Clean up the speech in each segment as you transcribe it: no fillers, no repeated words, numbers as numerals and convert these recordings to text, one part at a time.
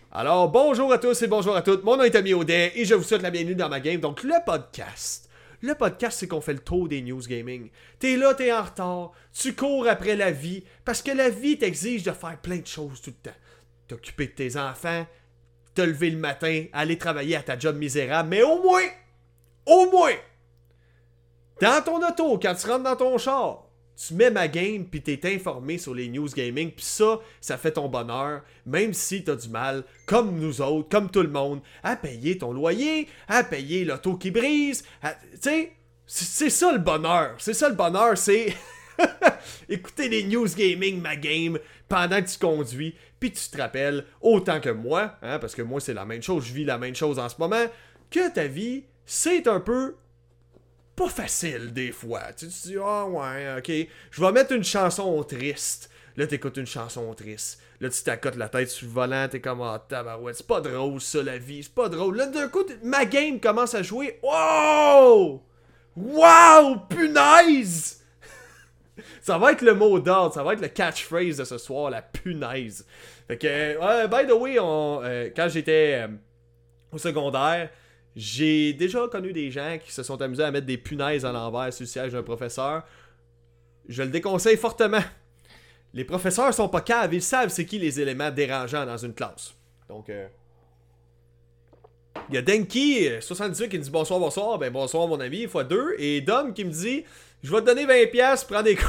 Alors, bonjour à tous et bonjour à toutes. Mon nom est Tommy Audet et je vous souhaite la bienvenue dans ma game. Donc, le podcast. Le podcast, c'est qu'on fait le tour des news gaming. T'es là, t'es en retard. Tu cours après la vie parce que la vie t'exige de faire plein de choses tout le temps. T'occuper de tes enfants, te lever le matin, aller travailler à ta job misérable, mais au moins, dans ton auto, quand tu rentres dans ton char, tu mets ma game pis t'es informé sur les news gaming pis ça fait ton bonheur, même si t'as du mal, comme nous autres, comme tout le monde, à payer ton loyer, à payer l'auto qui brise, tu sais, c'est ça le bonheur, c'est écouter les news gaming, ma game, pendant que tu conduis, puis tu te rappelles, autant que moi, hein, parce que moi c'est la même chose, je vis la même chose en ce moment, que ta vie, c'est un peu pas facile des fois. Tu te dis, ah ouais, ok, je vais mettre une chanson triste. Là, t'écoutes une chanson triste. Là, tu t'accotes la tête sur le volant, t'es comme, ah, tabarouette, c'est pas drôle ça, la vie, c'est pas drôle. Là, d'un coup, ma game commence à jouer. Wow! Wow! Punaise! Ça va être le mot d'ordre, ça va être le catchphrase de ce soir, la punaise. Fait que, by the way, quand j'étais au secondaire, j'ai déjà connu des gens qui se sont amusés à mettre des punaises à l'envers sur le siège d'un professeur. Je le déconseille fortement. Les professeurs sont pas caves, ils savent c'est qui les éléments dérangeants dans une classe. Donc, il y a Denki, 78, qui me dit bonsoir, ben bonsoir mon ami, x2. Et Dom qui me dit, je vais te donner 20$, prends des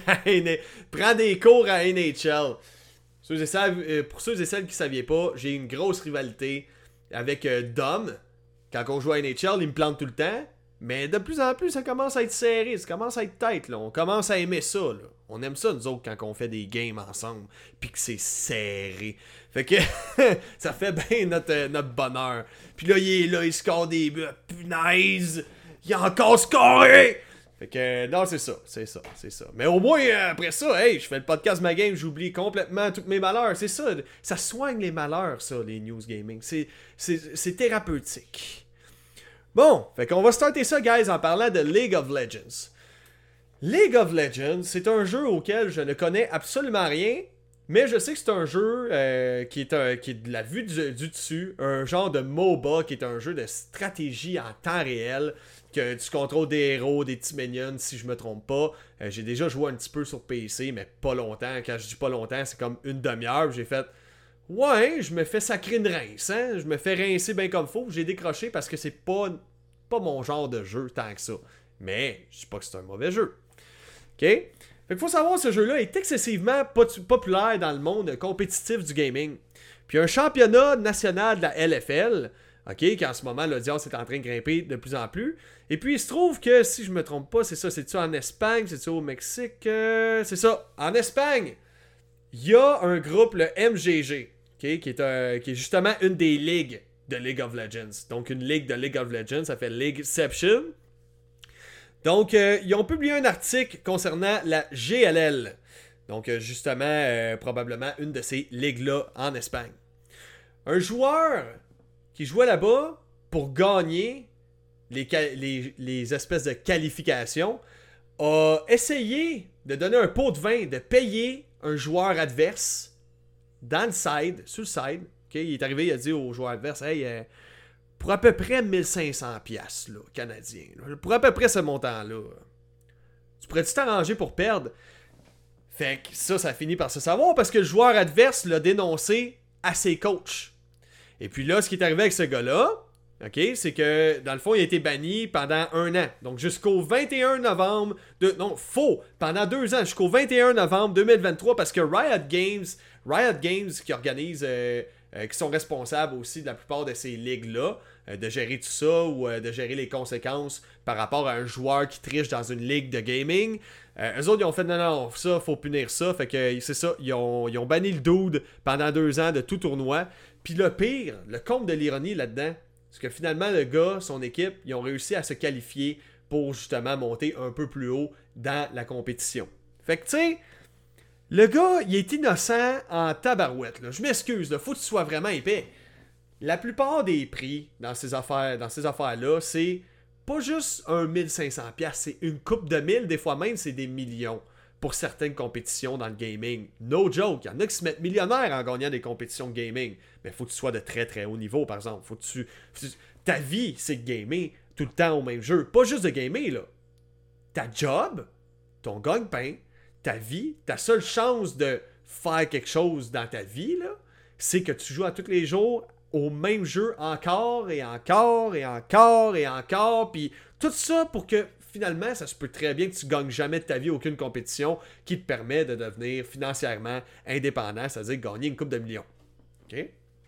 cours à NHL. Pour ceux et celles qui ne savaient pas, j'ai une grosse rivalité avec Dom. Quand on joue à NHL, il me plante tout le temps. Mais de plus en plus, ça commence à être serré. Ça commence à être tête, là. On commence à aimer ça, là. On aime ça, nous autres, quand on fait des games ensemble. Puis que c'est serré. Fait que ça fait bien notre bonheur. Puis là, il est là, il score des buts. Punaise! Il a encore scoré! Fait que, non, c'est ça. Mais au moins, après ça, hey, je fais le podcast Ma Game, j'oublie complètement tous mes malheurs. C'est ça, ça soigne les malheurs, ça, les news gaming. C'est thérapeutique. Bon, fait qu'on va starter ça, guys, en parlant de League of Legends. League of Legends, c'est un jeu auquel je ne connais absolument rien, mais je sais que c'est un jeu qui est de la vue du dessus, un genre de MOBA qui est un jeu de stratégie en temps réel, que tu contrôles des héros, des petits minions, si je me trompe pas. J'ai déjà joué un petit peu sur PC, mais pas longtemps. Quand je dis pas longtemps, c'est comme une demi-heure. J'ai fait, ouais, je me fais sacrer une rince, hein? Je me fais rincer bien comme faut. J'ai décroché parce que c'est pas mon genre de jeu tant que ça. Mais je dis pas que c'est un mauvais jeu. OK? Fait qu'il faut savoir, ce jeu-là est excessivement populaire dans le monde compétitif du gaming. Puis un championnat national de la LFL, OK, qu'en ce moment, l'audience est en train de grimper de plus en plus. Et puis, il se trouve que, si je me trompe pas, c'est-tu en Espagne, c'est-tu au Mexique? C'est ça, en Espagne, il y a un groupe, le MGG, OK, qui est justement une des ligues de League of Legends. Donc, une ligue de League of Legends, ça fait Leagueception. Donc, ils ont publié un article concernant la GLL. Donc, justement, probablement une de ces ligues-là en Espagne. Un joueur qui jouait là-bas pour gagner les espèces de qualifications a essayé de donner un pot de vin, de payer un joueur adverse dans le side, sur le side. Okay, il est arrivé, il a dit au joueur adverse, hey, pour à peu près 1500$ là, canadiens, là, pour à peu près ce montant-là, tu pourrais-tu t'arranger pour perdre? Fait que ça finit par se savoir parce que le joueur adverse l'a dénoncé à ses coachs. Et puis là, ce qui est arrivé avec ce gars-là, ok, c'est que dans le fond, il a été banni pendant 1 an. Donc jusqu'au 21 novembre, pendant 2 ans, jusqu'au 21 novembre 2023, parce que Riot Games qui organise, qui sont responsables aussi de la plupart de ces ligues-là, de gérer tout ça ou de gérer les conséquences par rapport à un joueur qui triche dans une ligue de gaming. Eux autres, ils ont fait non, ça, faut punir ça. Fait que c'est ça, ils ont banni le dude pendant 2 ans de tout tournoi. Puis le pire, le comble de l'ironie là-dedans, c'est que finalement, le gars, son équipe, ils ont réussi à se qualifier pour justement monter un peu plus haut dans la compétition. Fait que tu sais, le gars, il est innocent en tabarouette. Là. Je m'excuse, là, faut que tu sois vraiment épais. La plupart des prix dans ces affaires-là, c'est pas juste un 1500$, c'est une coupe de mille, des fois même c'est des millions pour certaines compétitions dans le gaming. No joke, il y en a qui se mettent millionnaires en gagnant des compétitions de gaming. Mais il faut que tu sois de très très haut niveau, par exemple. Ta vie, c'est de gamer tout le temps au même jeu. Pas juste de gamer, là. Ta job, ton gagne-pain, ta vie, ta seule chance de faire quelque chose dans ta vie, là, c'est que tu joues à tous les jours au même jeu encore et encore et encore et encore. Puis tout ça pour que finalement, ça se peut très bien que tu gagnes jamais de ta vie aucune compétition qui te permet de devenir financièrement indépendant, c'est-à-dire gagner une coupe de millions. OK?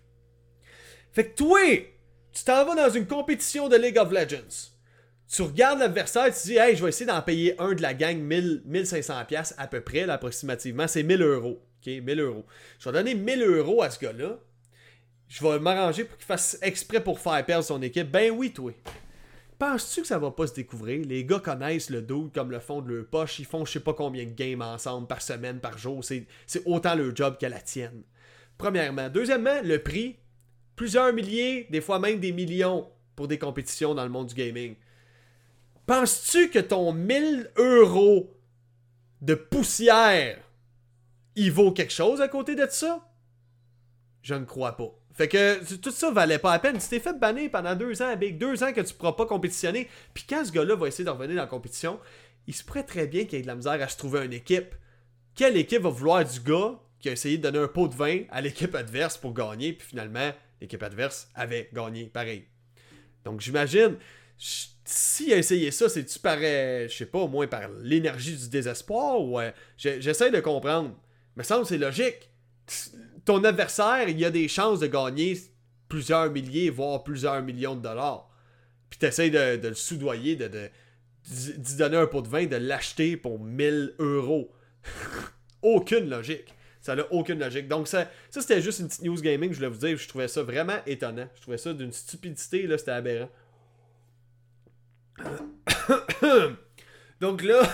Fait que toi, tu t'en vas dans une compétition de League of Legends. Tu regardes l'adversaire, tu te dis, hey, je vais essayer d'en payer un de la gang 1500$ à peu près, là, approximativement. C'est 1000 euros. OK? 1000 euros. Je vais donner 1000 euros à ce gars-là. Je vais m'arranger pour qu'il fasse exprès pour faire perdre son équipe. Ben oui, toi. Penses-tu que ça va pas se découvrir? Les gars connaissent le dude comme le fond de leur poche. Ils font je sais pas combien de games ensemble par semaine, par jour. C'est autant leur job que la tienne. Premièrement. Deuxièmement, le prix. Plusieurs milliers, des fois même des millions pour des compétitions dans le monde du gaming. Penses-tu que ton 1000 euros de poussière, il vaut quelque chose à côté de ça? Je ne crois pas. Fait que tout ça valait pas la peine. Tu t'es fait bannir pendant 2 ans, Big. 2 ans que tu pourras pas compétitionner. Puis quand ce gars-là va essayer de revenir dans la compétition, il se pourrait très bien qu'il ait de la misère à se trouver une équipe. Quelle équipe va vouloir du gars qui a essayé de donner un pot de vin à l'équipe adverse pour gagner, puis finalement, l'équipe adverse avait gagné pareil. Donc j'imagine, s'il a essayé ça, c'est-tu par, je sais pas, au moins par l'énergie du désespoir, ou j'essaie de comprendre. Mais ça me semble que c'est logique. Ton adversaire, il a des chances de gagner plusieurs milliers, voire plusieurs millions de dollars. Puis t'essayes de le soudoyer, d'y donner un pot de vin, de l'acheter pour 1000 euros. Aucune logique. Ça n'a aucune logique. Donc ça c'était juste une petite news gaming, je voulais vous dire. Je trouvais ça vraiment étonnant. Je trouvais ça d'une stupidité, là, c'était aberrant. Donc là...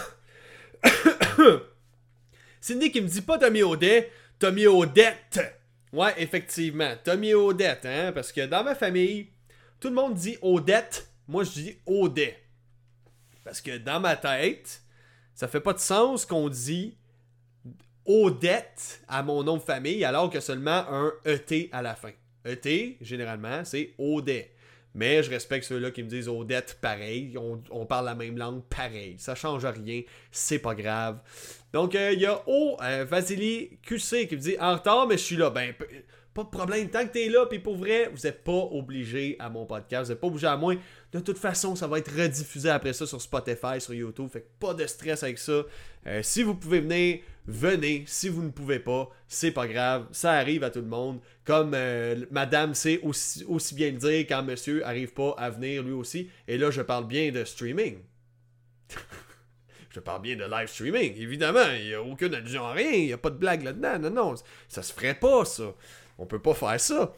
Cindy qui me dit pas Tommy Audet, Tommy Odette. Ouais, effectivement, Tommy Odette, hein, parce que dans ma famille, tout le monde dit Odette, moi je dis Audet. Parce que dans ma tête, ça fait pas de sens qu'on dit Odette à mon nom de famille alors que seulement un ET à la fin. ET, généralement, c'est Audet. Mais je respecte ceux-là qui me disent Odette pareil. On parle la même langue pareil. Ça change rien. C'est pas grave. Donc, il y a Vasily QC qui me dit en retard, mais je suis là. Ben, pas de problème. Tant que t'es là, puis pour vrai, vous n'êtes pas obligé à mon podcast. Vous n'êtes pas obligé à moi. De toute façon, ça va être rediffusé après ça sur Spotify, sur YouTube. Fait que pas de stress avec ça. Si vous pouvez venir, venez. Si vous ne pouvez pas, c'est pas grave. Ça arrive à tout le monde. Comme madame sait aussi bien le dire quand monsieur arrive pas à venir lui aussi. Et là, je parle bien de streaming. Je parle bien de live streaming, évidemment. Il n'y a aucune allusion à rien. Il n'y a pas de blague là-dedans. Non, non. Ça se ferait pas, ça. On peut pas faire ça.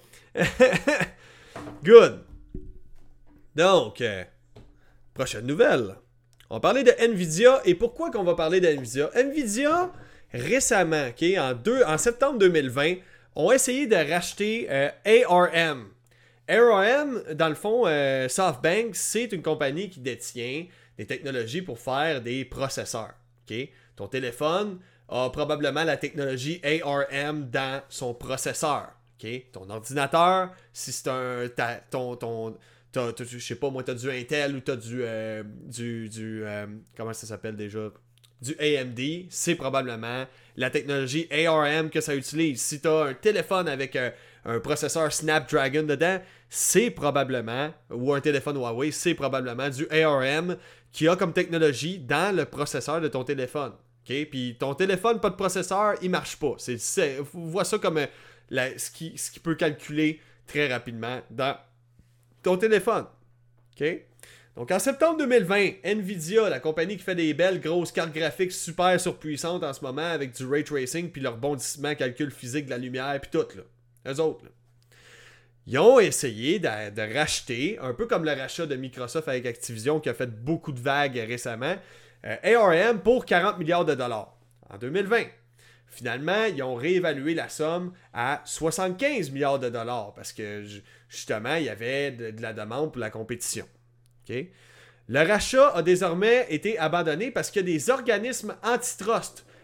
Good. Donc, prochaine nouvelle. On va parler de Nvidia. Et pourquoi qu'on va parler de Nvidia? Nvidia, récemment, okay, en septembre 2020, ont essayé de racheter ARM. ARM, dans le fond, SoftBank, c'est une compagnie qui détient des technologies pour faire des processeurs. Okay? Ton téléphone a probablement la technologie ARM dans son processeur. Okay? Ton ordinateur, si c'est un... je sais pas, moi, t'as du Intel ou t'as du comment ça s'appelle déjà? Du AMD, c'est probablement la technologie ARM que ça utilise. Si t'as un téléphone avec un processeur Snapdragon dedans, c'est probablement, ou un téléphone Huawei, c'est probablement du ARM qui a comme technologie dans le processeur de ton téléphone. Okay? Puis ton téléphone, pas de processeur, il marche pas. Vois ça comme ce qui peut calculer très rapidement dans ton téléphone. OK? Donc, en septembre 2020, Nvidia, la compagnie qui fait des belles grosses cartes graphiques super surpuissantes en ce moment avec du ray tracing puis le rebondissement, calcul physique de la lumière puis tout, là. Eux autres, là. Ils ont essayé de racheter, un peu comme le rachat de Microsoft avec Activision qui a fait beaucoup de vagues récemment, ARM pour 40 milliards de dollars en 2020. Finalement, ils ont réévalué la somme à 75 milliards de dollars parce que, justement, il y avait de la demande pour la compétition. Okay? Le rachat a désormais été abandonné parce qu'il y a des organismes antitrust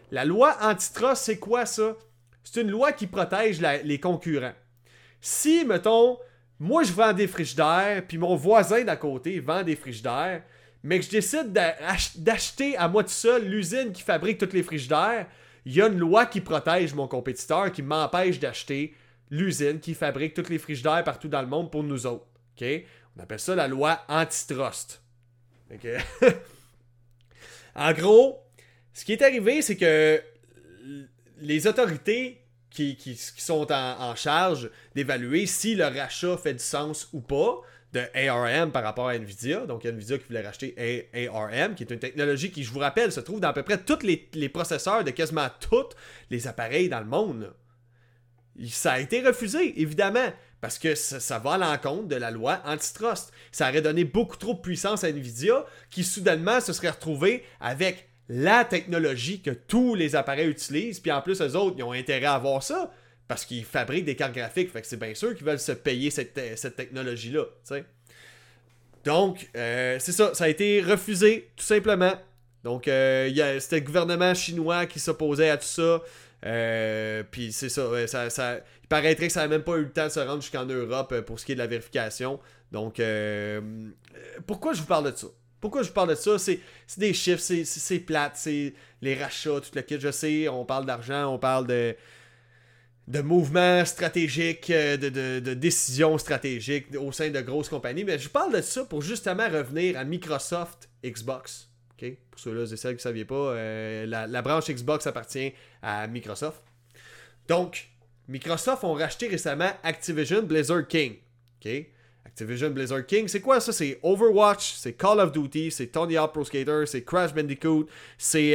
La loi antitrust, c'est quoi ça? C'est une loi qui protège les concurrents. Si, mettons, moi je vends des frigidaires, puis mon voisin d'à côté vend des frigidaires, mais que je décide d'acheter à moi tout seul l'usine qui fabrique tous les frigidaires, il y a une loi qui protège mon compétiteur, qui m'empêche d'acheter l'usine qui fabrique tous les frigidaires partout dans le monde pour nous autres. Okay? On appelle ça la loi antitrust. Okay? En gros, ce qui est arrivé, c'est que les autorités qui sont en charge d'évaluer si le rachat fait du sens ou pas de ARM par rapport à Nvidia, donc Nvidia qui voulait racheter ARM, qui est une technologie qui, je vous rappelle, se trouve dans à peu près tous les processeurs de quasiment tous les appareils dans le monde. Là. Ça a été refusé, évidemment, parce que ça va à l'encontre de la loi antitrust. Ça aurait donné beaucoup trop de puissance à Nvidia, qui soudainement se serait retrouvé avec la technologie que tous les appareils utilisent, puis en plus, eux autres, ils ont intérêt à avoir ça, parce qu'ils fabriquent des cartes graphiques, fait que c'est bien sûr qu'ils veulent se payer cette technologie-là, tu sais. Donc, c'est ça a été refusé, tout simplement. Donc, c'était le gouvernement chinois qui s'opposait à tout ça. Puis c'est ça, il paraîtrait que ça n'a même pas eu le temps de se rendre jusqu'en Europe pour ce qui est de la vérification. Donc, pourquoi je vous parle de ça? Pourquoi je vous parle de ça? C'est des chiffres, c'est plate, c'est les rachats, tout le kit. Je sais, on parle d'argent, on parle de mouvements stratégiques, de décisions stratégiques au sein de grosses compagnies. Mais je parle de ça pour justement revenir à Microsoft Xbox. Okay? Pour ceux-là et celles qui ne saviez pas, la branche Xbox appartient à Microsoft. Donc, Microsoft ont racheté récemment Activision Blizzard King. Okay? Activision Blizzard King, c'est quoi ça? C'est Overwatch, c'est Call of Duty, c'est Tony Hawk Pro Skater, c'est Crash Bandicoot, c'est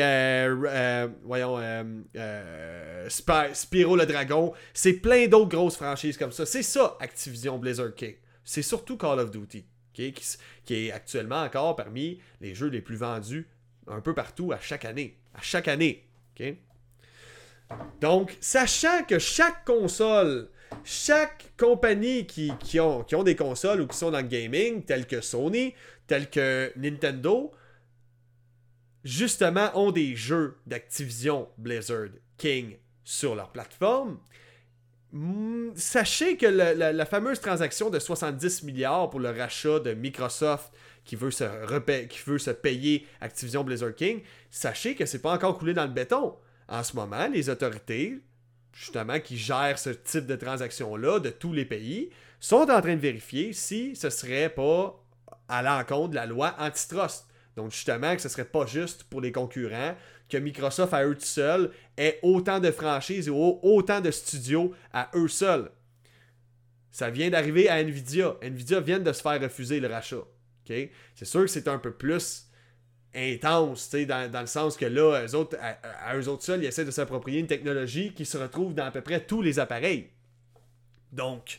Spyro le Dragon, c'est plein d'autres grosses franchises comme ça. C'est ça, Activision Blizzard King. C'est surtout Call of Duty, okay? qui est actuellement encore parmi les jeux les plus vendus un peu partout à chaque année. À chaque année. Okay? Donc, sachant que chaque console, chaque compagnie qui ont des consoles ou qui sont dans le gaming, telles que Sony, telles que Nintendo, justement, ont des jeux d'Activision Blizzard King sur leur plateforme. Sachez que la fameuse transaction de 70 milliards pour le rachat de Microsoft qui veut se payer Activision Blizzard King, sachez que c'est pas encore coulé dans le béton. En ce moment, les autorités, justement, qui gèrent ce type de transaction-là de tous les pays, sont en train de vérifier si ce serait pas à l'encontre de la loi antitrust. Donc, justement, que ce serait pas juste pour les concurrents, que Microsoft, à eux tout seuls, ait autant de franchises et autant de studios à eux seuls. Ça vient d'arriver à Nvidia. Nvidia vient de se faire refuser le rachat. Okay? C'est sûr que c'est un peu plus intense, dans le sens que là, eux autres, à eux autres seuls, ils essaient de s'approprier une technologie qui se retrouve dans à peu près tous les appareils. Donc,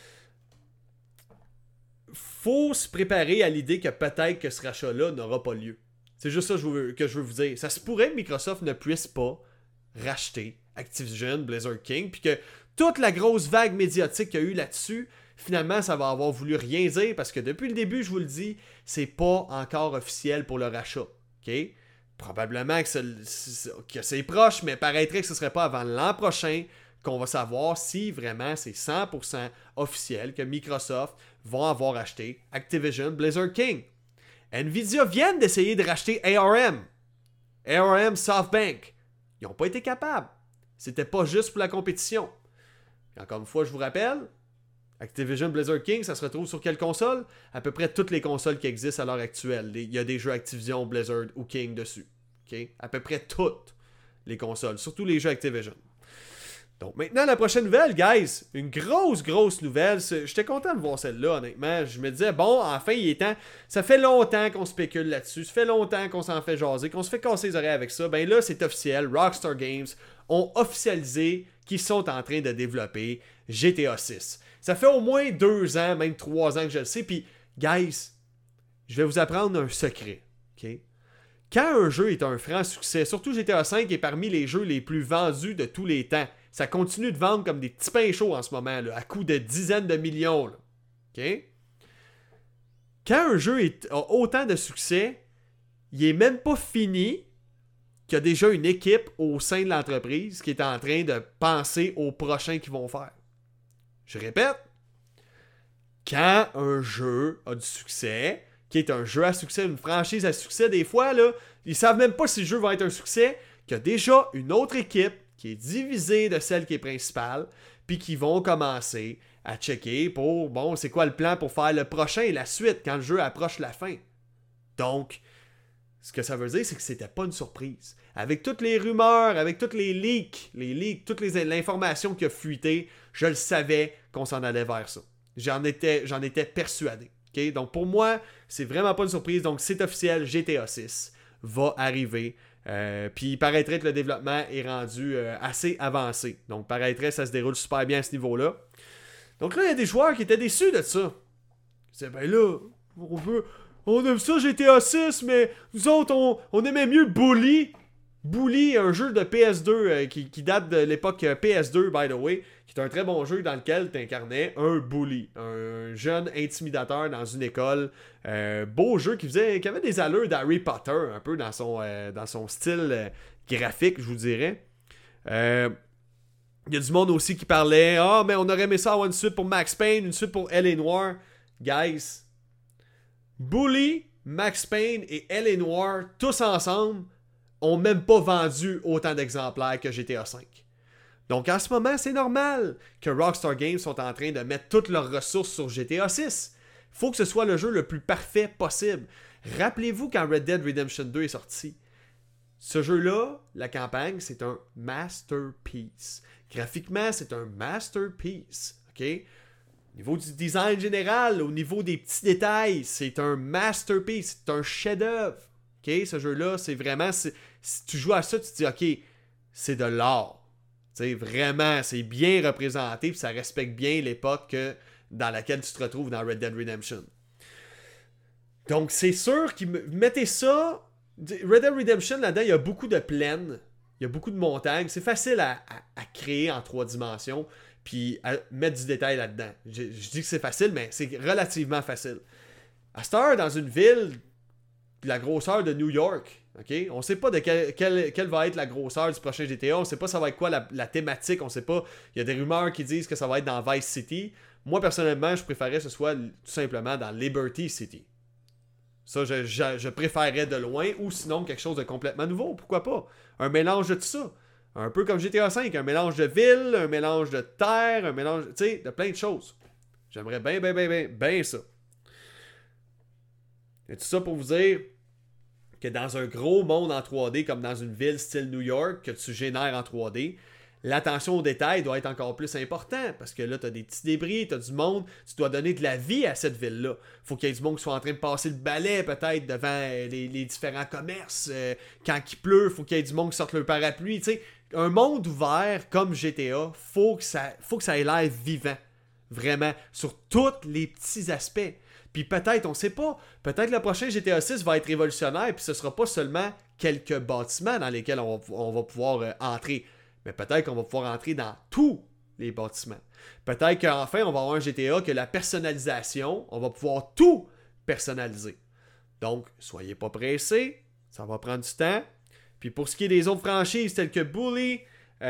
faut se préparer à l'idée que peut-être que ce rachat-là n'aura pas lieu. C'est juste ça que je veux vous dire. Ça se pourrait que Microsoft ne puisse pas racheter Activision Blizzard King, puis que toute la grosse vague médiatique qu'il y a eu là-dessus, finalement, ça va avoir voulu rien dire, parce que depuis le début, je vous le dis, c'est pas encore officiel pour le rachat. Okay? Probablement que c'est proche, mais paraîtrait que ce serait pas avant l'an prochain qu'on va savoir si vraiment c'est 100% officiel que Microsoft va avoir acheté Activision Blizzard King. Nvidia vient d'essayer de racheter ARM SoftBank. Ils n'ont pas été capables. C'était pas juste pour la compétition. Et encore une fois, je vous rappelle, Activision Blizzard King, ça se retrouve sur quelle console? À peu près toutes les consoles qui existent à l'heure actuelle. Il y a des jeux Activision, Blizzard ou King dessus. Okay? À peu près toutes les consoles, surtout les jeux Activision. Donc maintenant, la prochaine nouvelle, guys, une grosse nouvelle. J'étais content de voir celle-là, honnêtement. Je me disais, bon, enfin, il est temps. Ça fait longtemps qu'on spécule là-dessus. Ça fait longtemps qu'on s'en fait jaser, qu'on se fait casser les oreilles avec ça. Ben là, c'est officiel. Rockstar Games ont officialisé qu'ils sont en train de développer GTA 6. Ça fait au moins 2 ans, même 3 ans que je le sais. Puis, guys, je vais vous apprendre un secret. OK? Quand un jeu est un franc succès, surtout GTA 5 est parmi les jeux les plus vendus de tous les temps. Ça continue de vendre comme des petits pains chauds en ce moment, là, à coût de dizaines de millions. Là. OK? Quand un jeu a autant de succès, il est même pas fini qu'il y a déjà une équipe au sein de l'entreprise qui est en train de penser aux prochains qu'ils vont faire. Je répète, quand un jeu a du succès, qui est un jeu à succès, une franchise à succès, des fois, là, ils savent même pas si le jeu va être un succès, qu'il y a déjà une autre équipe qui est divisée de celle qui est principale, puis qui vont commencer à checker pour, bon, c'est quoi le plan pour faire le prochain et la suite quand le jeu approche la fin. Donc, ce que ça veut dire, c'est que c'était pas une surprise. Avec toutes les rumeurs, avec toutes les leaks, toute l'information qui a fuité, je le savais qu'on s'en allait vers ça. J'en étais persuadé. Okay? Donc pour moi, c'est vraiment pas une surprise. Donc c'est officiel, GTA 6 va arriver. Puis il paraîtrait que le développement est rendu assez avancé. Donc paraîtrait que ça se déroule super bien à ce niveau-là. Donc là, il y a des joueurs qui étaient déçus de ça. Ils disaient, ben là, on aime ça GTA 6, mais nous autres, on aimait mieux Bully. Bully, un jeu de PS2 qui date de l'époque PS2, by the way, qui est un très bon jeu dans lequel tu incarnais un bully, un jeune intimidateur dans une école. Beau jeu qui avait des allures d'Harry Potter, un peu dans son style graphique, je vous dirais. Il y a du monde aussi qui parlait, mais on aurait aimé ça avoir une suite pour Max Payne, une suite pour L.A. Noire. Guys, Bully, Max Payne et L.A. Noire, tous ensemble, ont même pas vendu autant d'exemplaires que GTA V. Donc en ce moment, c'est normal que Rockstar Games sont en train de mettre toutes leurs ressources sur GTA 6. Faut que ce soit le jeu le plus parfait possible. Rappelez-vous quand Red Dead Redemption 2 est sorti. Ce jeu-là, la campagne, c'est un masterpiece. Graphiquement, c'est un masterpiece. OK? Au niveau du design général, au niveau des petits détails, c'est un masterpiece. C'est un chef-d'œuvre. OK? Ce jeu-là, c'est vraiment... Si tu joues à ça, tu te dis, OK, c'est de l'art. Tu sais, vraiment, c'est bien représenté, puis ça respecte bien l'époque dans laquelle tu te retrouves dans Red Dead Redemption. Donc, c'est sûr qu'ils mettez ça... Red Dead Redemption, là-dedans, il y a beaucoup de plaines, il y a beaucoup de montagnes. C'est facile à créer en 3 dimensions, puis à mettre du détail là-dedans. Je dis que c'est facile, mais c'est relativement facile. À cette heure, dans une ville... la grosseur de New York, ok? On sait pas de quelle va être la grosseur du prochain GTA, on sait pas ça va être quoi la thématique, on sait pas. Il y a des rumeurs qui disent que ça va être dans Vice City. Moi, personnellement, je préférais que ce soit tout simplement dans Liberty City. Ça, je préférerais de loin, ou sinon quelque chose de complètement nouveau, pourquoi pas? Un mélange de tout ça. Un peu comme GTA V, un mélange de ville, un mélange de terre, un mélange, tu sais, de plein de choses. J'aimerais bien ça. Et tout ça pour vous dire que dans un gros monde en 3D, comme dans une ville style New York, que tu génères en 3D, l'attention aux détails doit être encore plus important, parce que là, tu as des petits débris, tu as du monde, tu dois donner de la vie à cette ville-là. Faut qu'il y ait du monde qui soit en train de passer le balai, peut-être, devant les différents commerces. Quand il pleut, faut qu'il y ait du monde qui sorte le parapluie. Tu sais, un monde ouvert comme GTA, faut que ça ait l'air vivant. Vraiment, sur tous les petits aspects. Puis peut-être, on sait pas, peut-être le prochain GTA 6 va être révolutionnaire, puis ce sera pas seulement quelques bâtiments dans lesquels on va pouvoir entrer, mais peut-être qu'on va pouvoir entrer dans tous les bâtiments. Peut-être qu'enfin, on va avoir un GTA que la personnalisation, on va pouvoir tout personnaliser. Donc, soyez pas pressés, ça va prendre du temps. Puis pour ce qui est des autres franchises telles que Bully,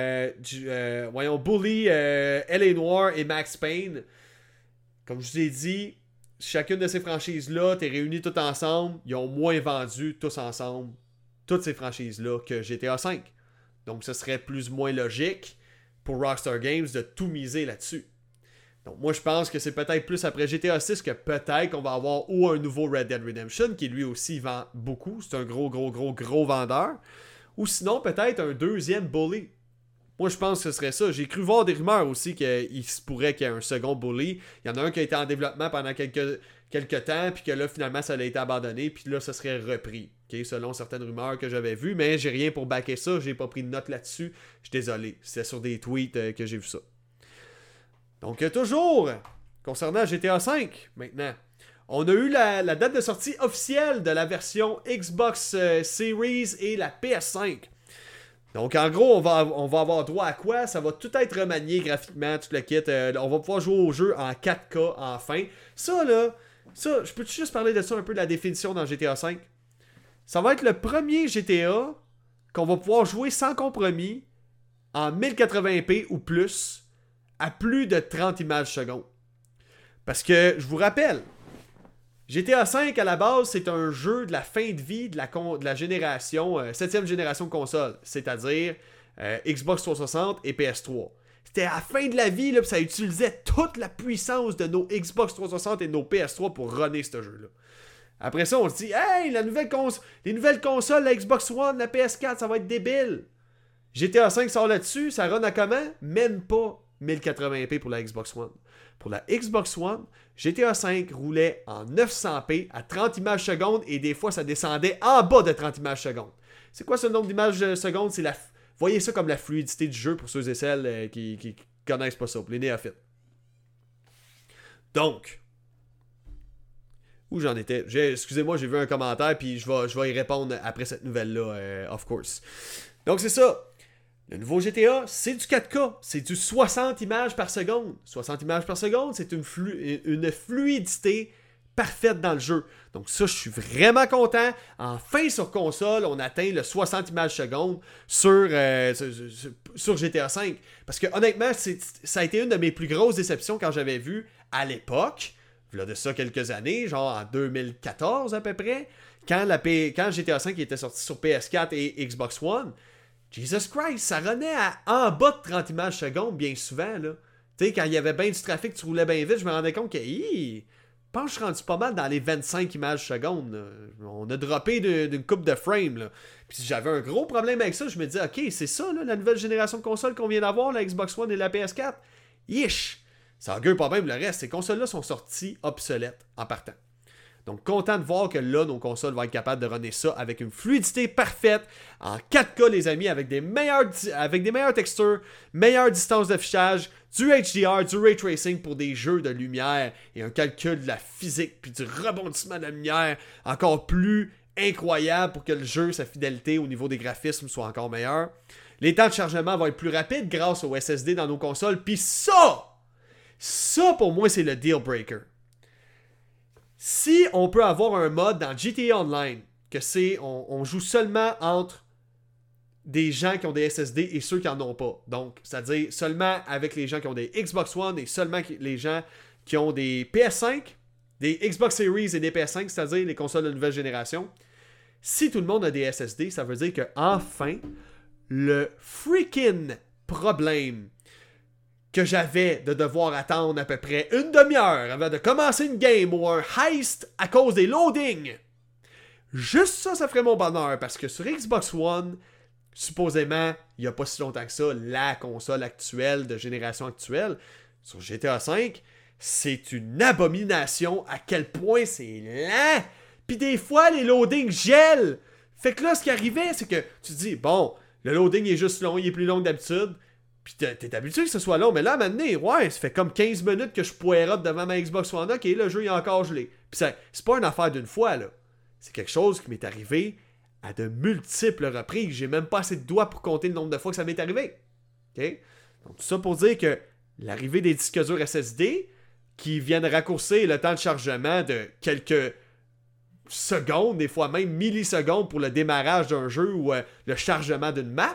Bully, L.A. Noire et Max Payne, comme je vous ai dit, chacune de ces franchises-là, t'es réunis toutes ensemble, ils ont moins vendu tous ensemble, toutes ces franchises-là, que GTA V. Donc, ce serait plus ou moins logique pour Rockstar Games de tout miser là-dessus. Donc, moi, je pense que c'est peut-être plus après GTA 6 que peut-être qu'on va avoir ou un nouveau Red Dead Redemption, qui lui aussi vend beaucoup, c'est un gros vendeur, ou sinon, peut-être un deuxième Bully. Moi, je pense que ce serait ça. J'ai cru voir des rumeurs aussi qu'il se pourrait qu'il y ait un second Bully. Il y en a un qui a été en développement pendant quelques temps, puis que là, finalement, ça a été abandonné, puis là, ça serait repris. Okay? Selon certaines rumeurs que j'avais vues, mais j'ai rien pour backer ça. J'ai pas pris de note là-dessus. Je suis désolé. C'était sur des tweets que j'ai vu ça. Donc, toujours, concernant GTA V, maintenant, on a eu la date de sortie officielle de la version Xbox Series et la PS5. Donc, en gros, on va avoir droit à quoi? Ça va tout être remanié graphiquement, tout le kit. On va pouvoir jouer au jeu en 4K enfin. Ça, je peux juste parler de ça un peu, de la définition dans GTA V? Ça va être le premier GTA qu'on va pouvoir jouer sans compromis en 1080p ou plus à plus de 30 images secondes. Parce que, je vous rappelle, GTA V à la base, c'est un jeu de la fin de vie de la génération, 7e génération de console, c'est-à-dire Xbox 360 et PS3. C'était à la fin de la vie, là, puis ça utilisait toute la puissance de nos Xbox 360 et nos PS3 pour runner ce jeu-là. Après ça, on se dit, hey, les nouvelles consoles, la Xbox One, la PS4, ça va être débile. GTA V sort là-dessus, ça run à comment? Même pas 1080p pour la Xbox One. Pour la Xbox One, GTA V roulait en 900p à 30 images secondes et des fois ça descendait en bas de 30 images secondes. C'est quoi ce nombre d'images secondes? Voyez ça comme la fluidité du jeu pour ceux et celles qui connaissent pas ça, pour les néophytes. Donc, où j'en étais? Excusez-moi, j'ai vu un commentaire puis je vais y répondre après cette nouvelle-là, of course. Donc c'est ça. Le nouveau GTA, c'est du 4K, c'est du 60 images par seconde. 60 images par seconde, c'est une fluidité parfaite dans le jeu. Donc ça, je suis vraiment content. Enfin, sur console, on atteint le 60 images secondes sur GTA V. Parce que honnêtement, ça a été une de mes plus grosses déceptions quand j'avais vu à l'époque, il y a de ça quelques années, genre en 2014 à peu près, quand GTA V était sorti sur PS4 et Xbox One. Jesus Christ, ça renaît en bas de 30 images secondes bien souvent, là. Tu sais, quand il y avait bien du trafic, tu roulais bien vite, je me rendais compte que, je pense que je suis rendu pas mal dans les 25 images secondes, là. On a droppé d'une coupe de frame, là. Puis j'avais un gros problème avec ça, je me disais, ok, c'est ça, là, la nouvelle génération de consoles qu'on vient d'avoir, la Xbox One et la PS4. Ça augure pas même le reste, ces consoles-là sont sorties obsolètes en partant. Donc, content de voir que là, nos consoles vont être capables de runner ça avec une fluidité parfaite, en 4K, les amis, avec des meilleures textures, meilleure distance d'affichage, du HDR, du Ray Tracing pour des jeux de lumière et un calcul de la physique puis du rebondissement de la lumière encore plus incroyable pour que le jeu, sa fidélité au niveau des graphismes soit encore meilleur. Les temps de chargement vont être plus rapides grâce au SSD dans nos consoles, puis ça pour moi, c'est le deal breaker. Si on peut avoir un mode dans GTA Online, que c'est, on joue seulement entre des gens qui ont des SSD et ceux qui n'en ont pas. Donc, c'est-à-dire seulement avec les gens qui ont des Xbox One et seulement les gens qui ont des PS5, des Xbox Series et des PS5, c'est-à-dire les consoles de nouvelle génération. Si tout le monde a des SSD, ça veut dire que enfin, le freaking problème que j'avais de devoir attendre à peu près une demi-heure avant de commencer une game ou un heist à cause des loadings. Juste ça ferait mon bonheur parce que sur Xbox One, supposément, il n'y a pas si longtemps que ça, la console actuelle de génération actuelle, sur GTA V, c'est une abomination à quel point c'est lent. Puis des fois, les loadings gèlent. Fait que là, ce qui arrivait, c'est que tu te dis, bon, le loading est juste long, il est plus long que d'habitude. Puis t'es habitué que ce soit long, mais là, maintenant, ça fait comme 15 minutes que je poirote devant ma Xbox One. Ok, le jeu est encore gelé. Puis c'est pas une affaire d'une fois, là. C'est quelque chose qui m'est arrivé à de multiples reprises. J'ai même pas assez de doigts pour compter le nombre de fois que ça m'est arrivé. Ok? Donc tout ça pour dire que l'arrivée des disques durs SSD, qui viennent raccourcir le temps de chargement de quelques secondes, des fois même millisecondes pour le démarrage d'un jeu ou le chargement d'une map,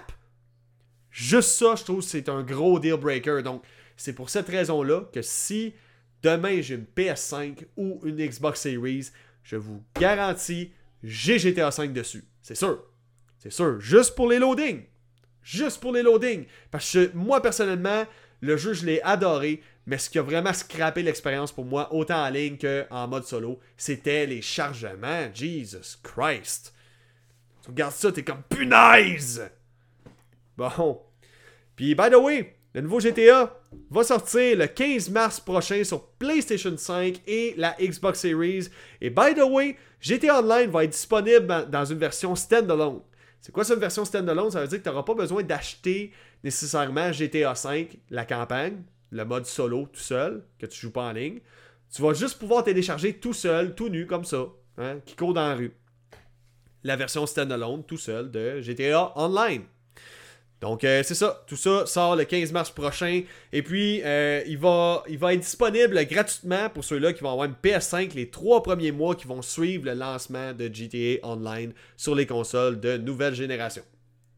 juste ça, je trouve que c'est un gros deal breaker. Donc, c'est pour cette raison-là que si demain j'ai une PS5 ou une Xbox Series, je vous garantis, j'ai GTA V dessus. C'est sûr. C'est sûr. Juste pour les loadings. Juste pour les loadings. Parce que moi, personnellement, le jeu, je l'ai adoré. Mais ce qui a vraiment scrappé l'expérience pour moi, autant en ligne qu'en mode solo, c'était les chargements. Jesus Christ. Tu regardes ça, t'es comme punaise! Bon. Puis, by the way, le nouveau GTA va sortir le 15 mars prochain sur PlayStation 5 et la Xbox Series. Et by the way, GTA Online va être disponible dans une version standalone. C'est quoi cette version standalone? Ça veut dire que tu n'auras pas besoin d'acheter nécessairement GTA 5, la campagne, le mode solo tout seul, que tu joues pas en ligne. Tu vas juste pouvoir télécharger tout seul, tout nu comme ça, hein, qui court dans la rue. La version standalone tout seul de GTA Online. Donc, c'est ça. Tout ça sort le 15 mars prochain. Et puis, il va être disponible gratuitement pour ceux-là qui vont avoir une PS5 les 3 premiers mois qui vont suivre le lancement de GTA Online sur les consoles de nouvelle génération.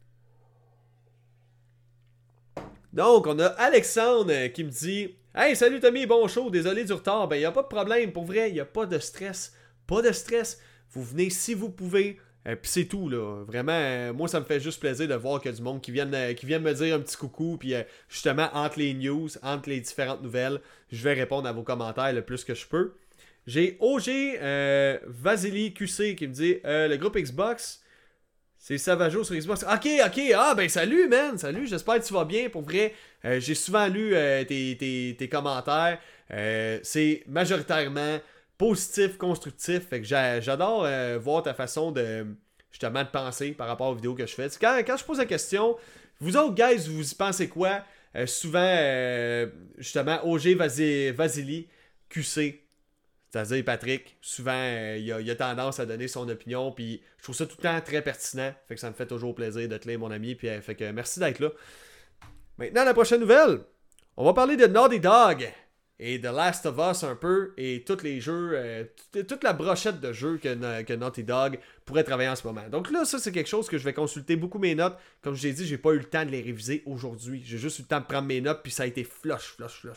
Donc, on a Alexandre qui me dit « Hey, salut Tommy, bon show, désolé du retard. » Ben, il n'y a pas de problème, pour vrai, il n'y a pas de stress. Pas de stress. Vous venez si vous pouvez. Puis c'est tout, là. Vraiment, moi, ça me fait juste plaisir de voir qu'il y a du monde qui vient me dire un petit coucou. Puis justement, entre les news, entre les différentes nouvelles, je vais répondre à vos commentaires le plus que je peux. J'ai OG Vasily QC qui me dit le groupe Xbox, c'est Savageau sur Xbox. Ok, ah ben salut, man, salut, j'espère que tu vas bien. Pour vrai, j'ai souvent lu tes commentaires. C'est majoritairement positif, constructif. Fait que j'adore voir ta façon de justement de penser par rapport aux vidéos que je fais. Quand je pose la question, vous autres guys, vous y pensez quoi? Souvent, justement, OG Vasily QC, c'est-à-dire Patrick, souvent il a tendance à donner son opinion, puis je trouve ça tout le temps très pertinent. Fait que ça me fait toujours plaisir de te lire, mon ami. Puis fait que merci d'être là. Maintenant, la prochaine nouvelle. On va parler de Naughty Dog et The Last of Us un peu, et tous les jeux, toute la brochette de jeux que Naughty Dog pourrait travailler en ce moment. Donc là, ça c'est quelque chose que je vais consulter beaucoup mes notes. Comme je l'ai dit, j'ai pas eu le temps de les réviser aujourd'hui. J'ai juste eu le temps de prendre mes notes, puis ça a été flush,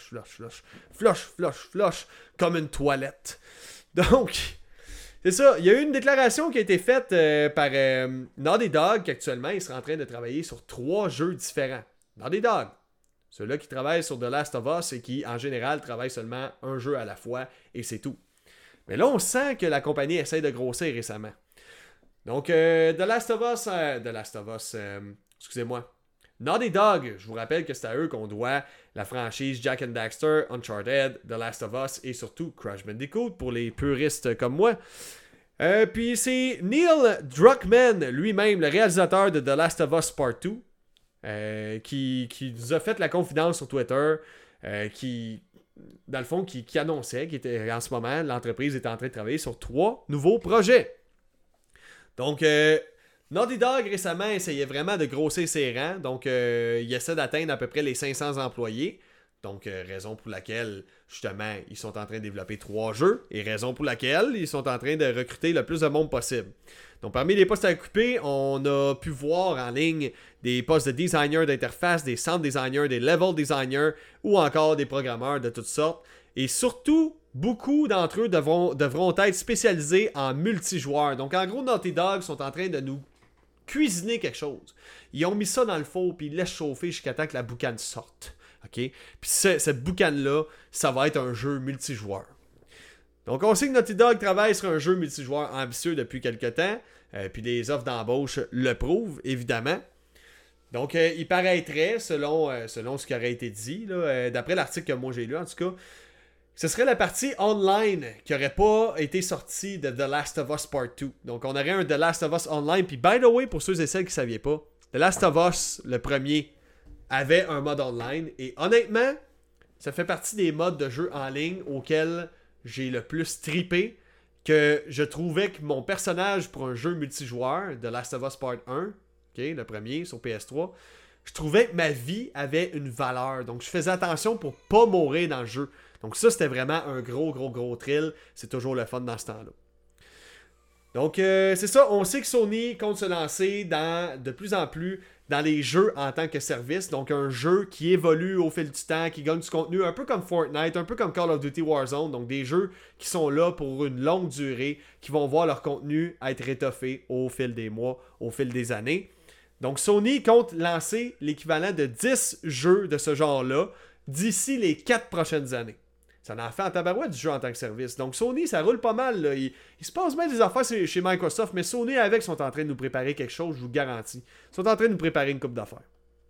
comme une toilette. Donc, c'est ça. Il y a eu une déclaration qui a été faite par Naughty Dog, qu'actuellement, ils seraient en train de travailler sur 3 jeux différents. Naughty Dog, ceux-là qui travaillent sur The Last of Us et qui, en général, travaillent seulement un jeu à la fois, et c'est tout. Mais là, on sent que la compagnie essaie de grossir récemment. Donc, The Last of Us, excusez-moi. Naughty Dog, je vous rappelle que c'est à eux qu'on doit la franchise Jak and Daxter, Uncharted, The Last of Us et surtout Crash Bandicoot pour les puristes comme moi. Puis c'est Neil Druckmann, lui-même, le réalisateur de The Last of Us Part 2, qui nous a fait la confidence sur Twitter, dans le fond, qui annonçait qu'en ce moment, l'entreprise est en train de travailler sur 3 nouveaux projets. Donc, Naughty Dog récemment essayait vraiment de grossir ses rangs. Donc, il essaie d'atteindre à peu près les 500 employés. Donc, raison pour laquelle, justement, ils sont en train de développer 3 jeux. Et raison pour laquelle ils sont en train de recruter le plus de monde possible. Donc, parmi les postes à occuper, on a pu voir en ligne des postes de designer d'interface, des sound designers, des level designers ou encore des programmeurs de toutes sortes. Et surtout, beaucoup d'entre eux devront être spécialisés en multijoueur. Donc, en gros, Naughty Dog sont en train de nous cuisiner quelque chose. Ils ont mis ça dans le four puis ils laissent chauffer jusqu'à temps que la boucane sorte. OK? Puis cette boucane-là, ça va être un jeu multijoueur. Donc, on sait que Naughty Dog travaille sur un jeu multijoueur ambitieux depuis quelques temps. Puis les offres d'embauche le prouvent, évidemment. Donc, il paraîtrait, selon ce qui aurait été dit, là, d'après l'article que moi j'ai lu en tout cas, ce serait la partie online qui n'aurait pas été sortie de The Last of Us Part 2. Donc, on aurait un The Last of Us Online. Puis, by the way, pour ceux et celles qui ne savaient pas, The Last of Us, le premier, avait un mode online. Et honnêtement, ça fait partie des modes de jeu en ligne auxquels j'ai le plus trippé. Que je trouvais que mon personnage pour un jeu multijoueur, The Last of Us Part 1, okay, le premier sur PS3, je trouvais que ma vie avait une valeur. Donc, je faisais attention pour pas mourir dans le jeu. Donc ça, c'était vraiment un gros thrill. C'est toujours le fun dans ce temps-là. Donc, c'est ça. On sait que Sony compte se lancer de plus en plus dans les jeux en tant que service. Donc, un jeu qui évolue au fil du temps, qui gagne du contenu, un peu comme Fortnite, un peu comme Call of Duty Warzone. Donc, des jeux qui sont là pour une longue durée, qui vont voir leur contenu être étoffé au fil des mois, au fil des années. Donc, Sony compte lancer l'équivalent de 10 jeux de ce genre-là d'ici les 4 prochaines années. Ça en fait en tabarouette du jeu en tant que service. Donc Sony, ça roule pas mal. Là. Il se passe bien des affaires chez Microsoft, mais Sony avec sont en train de nous préparer quelque chose, je vous garantis. Ils sont en train de nous préparer une coupe d'affaires.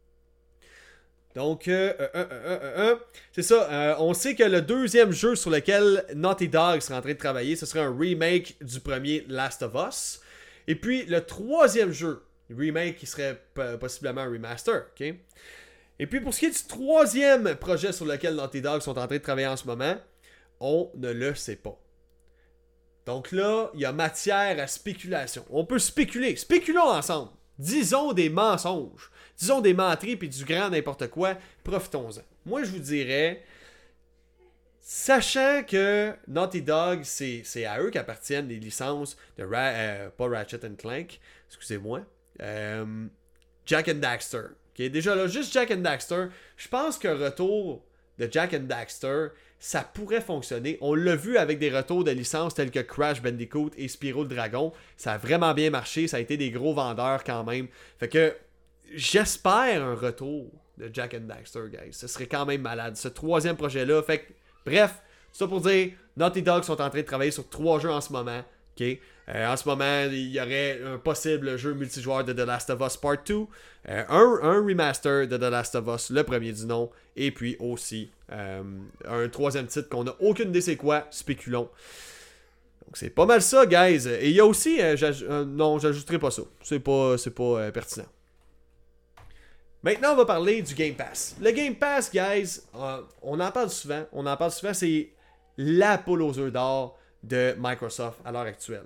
Donc, c'est ça. On sait que le deuxième jeu sur lequel Naughty Dog sera en train de travailler, ce serait un remake du premier Last of Us. Et puis, le troisième jeu, remake qui serait possiblement un remaster, ok? Et puis pour ce qui est du troisième projet sur lequel Naughty Dog sont en train de travailler en ce moment, on ne le sait pas. Donc là, il y a matière à spéculation. On peut spéculer. Spéculons ensemble. Disons des mensonges. Disons des menteries puis du grand n'importe quoi. Profitons-en. Moi, je vous dirais, sachant que Naughty Dog, c'est à eux qu'appartiennent les licences de pas Ratchet & Clank, excusez-moi, Jak and Daxter. Okay? Déjà là, juste Jak and Daxter, je pense qu'un retour de Jak and Daxter, ça pourrait fonctionner. On l'a vu avec des retours de licences tels que Crash Bandicoot et Spyro le Dragon. Ça a vraiment bien marché. Ça a été des gros vendeurs quand même. Fait que j'espère un retour de Jak and Daxter, guys. Ce serait quand même malade. Ce troisième projet-là. Fait que, bref, ça pour dire, Naughty Dog sont en train de travailler sur 3 jeux en ce moment. Okay? En ce moment, il y aurait un possible jeu multijoueur de The Last of Us Part 2, un remaster de The Last of Us, le premier du nom, et puis aussi un troisième titre qu'on n'a aucune idée c'est quoi, spéculons. Donc c'est pas mal ça, guys. Et il y a aussi, non, j'ajouterai pas ça, c'est pas pertinent. Maintenant, on va parler du Game Pass. Le Game Pass, guys, on en parle souvent, c'est la poule aux œufs d'or de Microsoft à l'heure actuelle.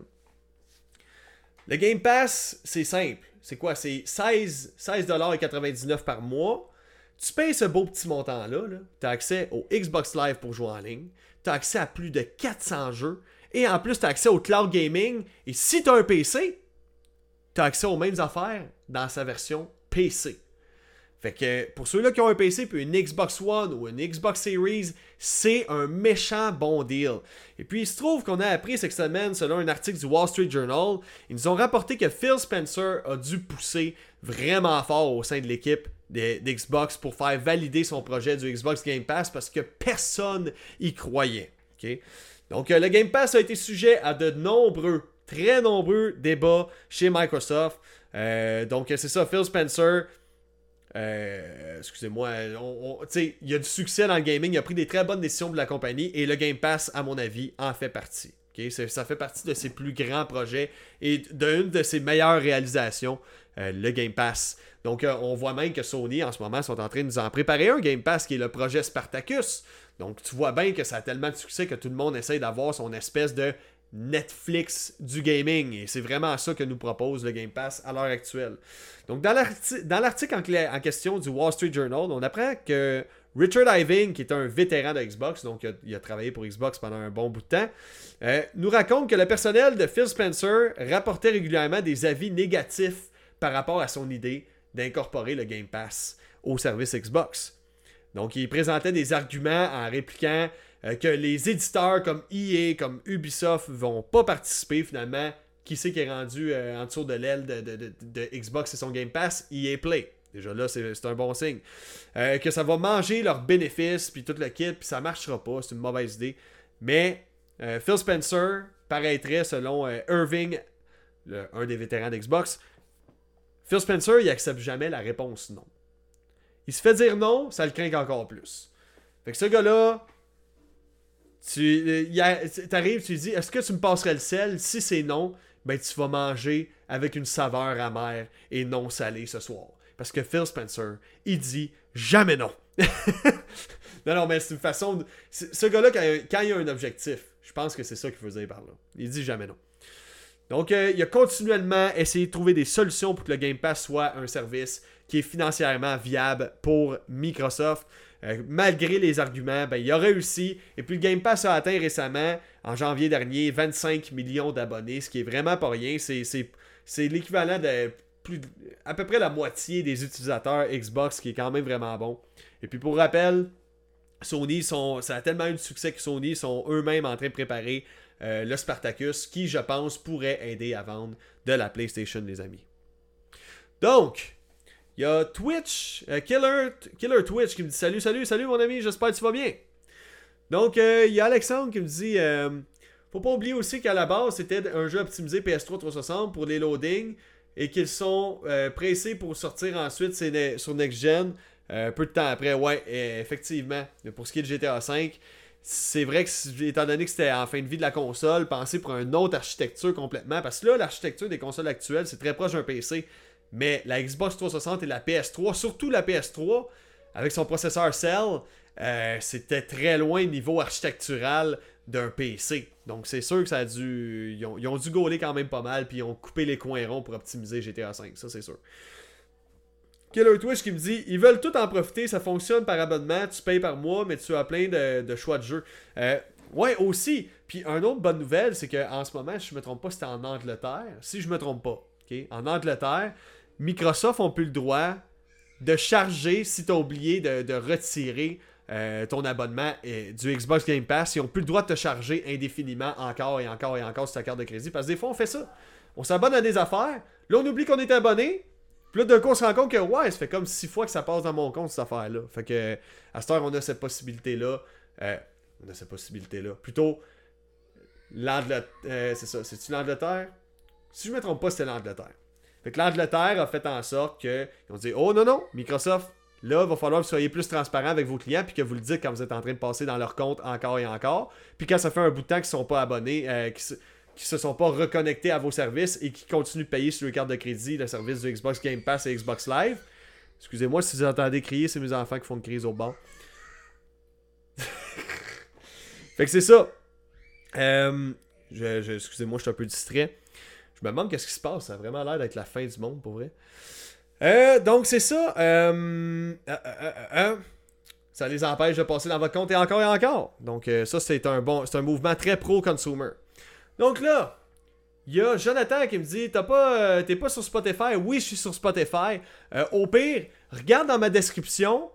Le Game Pass, c'est simple. C'est quoi? C'est 16,99$ par mois. Tu payes ce beau petit montant-là. Tu as accès au Xbox Live pour jouer en ligne. Tu as accès à plus de 400 jeux. Et en plus, tu as accès au cloud gaming. Et si tu as un PC, tu as accès aux mêmes affaires dans sa version PC. Fait que pour ceux-là qui ont un PC puis une Xbox One ou une Xbox Series, c'est un méchant bon deal. Et puis il se trouve qu'on a appris cette semaine, selon un article du Wall Street Journal, ils nous ont rapporté que Phil Spencer a dû pousser vraiment fort au sein de l'équipe d'Xbox pour faire valider son projet du Xbox Game Pass parce que personne y croyait. Okay? Donc le Game Pass a été sujet à de très nombreux débats chez Microsoft. Donc c'est ça, Phil Spencer... excusez-moi, il y a du succès dans le gaming, il a pris des très bonnes décisions de la compagnie et le Game Pass, à mon avis, en fait partie. Okay? Ça fait partie de ses plus grands projets et d'une de ses meilleures réalisations, le Game Pass. Donc, on voit même que Sony, en ce moment, sont en train de nous en préparer un Game Pass qui est le projet Spartacus. Donc, tu vois bien que ça a tellement de succès que tout le monde essaye d'avoir son espèce de Netflix du gaming. Et c'est vraiment ça que nous propose le Game Pass à l'heure actuelle. Donc, dans l'article en question du Wall Street Journal, on apprend que Richard Iving, qui est un vétéran de Xbox, donc il a travaillé pour Xbox pendant un bon bout de temps, nous raconte que le personnel de Phil Spencer rapportait régulièrement des avis négatifs par rapport à son idée d'incorporer le Game Pass au service Xbox. Donc, il présentait des arguments en répliquant que les éditeurs comme EA, comme Ubisoft vont pas participer finalement. Qui c'est qui est rendu en dessous de l'aile de Xbox et son Game Pass? EA Play. Déjà là, c'est un bon signe. Que ça va manger leurs bénéfices, puis tout le kit, puis ça marchera pas, c'est une mauvaise idée. Mais Phil Spencer paraîtrait, selon Irving, un des vétérans d'Xbox, Phil Spencer, il accepte jamais la réponse non. Il se fait dire non, ça le craint encore plus. Fait que ce gars-là, t'arrives, tu lui dis, est-ce que tu me passerais le sel? Si c'est non, ben tu vas manger avec une saveur amère et non salée ce soir. Parce que Phil Spencer, il dit jamais non. non, mais c'est une façon de... Ce gars-là, quand il a un objectif, je pense que c'est ça qu'il veut dire par là. Il dit jamais non. Donc, il a continuellement essayé de trouver des solutions pour que le Game Pass soit un service qui est financièrement viable pour Microsoft. Malgré les arguments, ben, il a réussi. Et puis le Game Pass a atteint récemment, en janvier dernier, 25 millions d'abonnés, ce qui est vraiment pas rien. C'est l'équivalent de à peu près la moitié des utilisateurs Xbox, qui est quand même vraiment bon. Et puis pour rappel, Sony, ça a tellement eu de succès que Sony sont eux-mêmes en train de préparer le Spartacus, qui, je pense, pourrait aider à vendre de la PlayStation, les amis. Donc... il y a Twitch, Killer Twitch qui me dit salut mon ami, j'espère que tu vas bien. Donc, il y a Alexandre qui me dit faut pas oublier aussi qu'à la base, c'était un jeu optimisé PS3 360 pour les loadings et qu'ils sont pressés pour sortir ensuite sur Next Gen peu de temps après. Ouais, effectivement, pour ce qui est de GTA V, c'est vrai que, étant donné que c'était en fin de vie de la console, pensez pour une autre architecture complètement, parce que là, l'architecture des consoles actuelles, c'est très proche d'un PC. Mais la Xbox 360 et la PS3, surtout la PS3, avec son processeur Cell, c'était très loin niveau architectural d'un PC. Donc c'est sûr que ça a dû... Ils ont dû gauler quand même pas mal, puis ils ont coupé les coins ronds pour optimiser GTA V, ça c'est sûr. Killer Twitch qui me dit ils veulent tout en profiter, ça fonctionne par abonnement, tu payes par mois, mais tu as plein de choix de jeux. Ouais, aussi. Puis une autre bonne nouvelle, c'est qu'en ce moment, si je me trompe pas, c'était en Angleterre. Si je me trompe pas, ok, en Angleterre, Microsoft ont plus le droit de charger si tu as oublié de retirer ton abonnement du Xbox Game Pass. Ils n'ont plus le droit de te charger indéfiniment encore et encore et encore sur ta carte de crédit. Parce que des fois, on fait ça. On s'abonne à des affaires. Là, on oublie qu'on est abonné. Puis là, d'un coup, on se rend compte que, ouais, ça fait comme 6 fois que ça passe dans mon compte, cette affaire-là. Fait que, à cette heure, on a cette possibilité-là. Plutôt, c'est ça. C'est-tu l'Angleterre? Si je ne me trompe pas, c'était l'Angleterre. Fait que l'Angleterre a fait en sorte qu'ils ont dit, oh non, Microsoft, là, il va falloir que vous soyez plus transparent avec vos clients puis que vous le dites quand vous êtes en train de passer dans leur compte encore et encore. Puis quand ça fait un bout de temps qu'ils ne sont pas abonnés, qui se sont pas reconnectés à vos services et qui continuent de payer sur leur carte de crédit le service du Xbox Game Pass et Xbox Live. Excusez-moi si vous entendez crier, c'est mes enfants qui font une crise au banc. Fait que c'est ça. Excusez-moi, je suis un peu distrait. Je me demande qu'est-ce qui se passe. Ça a vraiment l'air d'être la fin du monde, pour vrai. Donc, c'est ça. Ça les empêche de passer dans votre compte et encore et encore. Donc, ça, c'est un mouvement très pro-consumer. Donc là, il y a Jonathan qui me dit t'es pas sur Spotify? Oui, je suis sur Spotify. Au pire, regarde dans ma description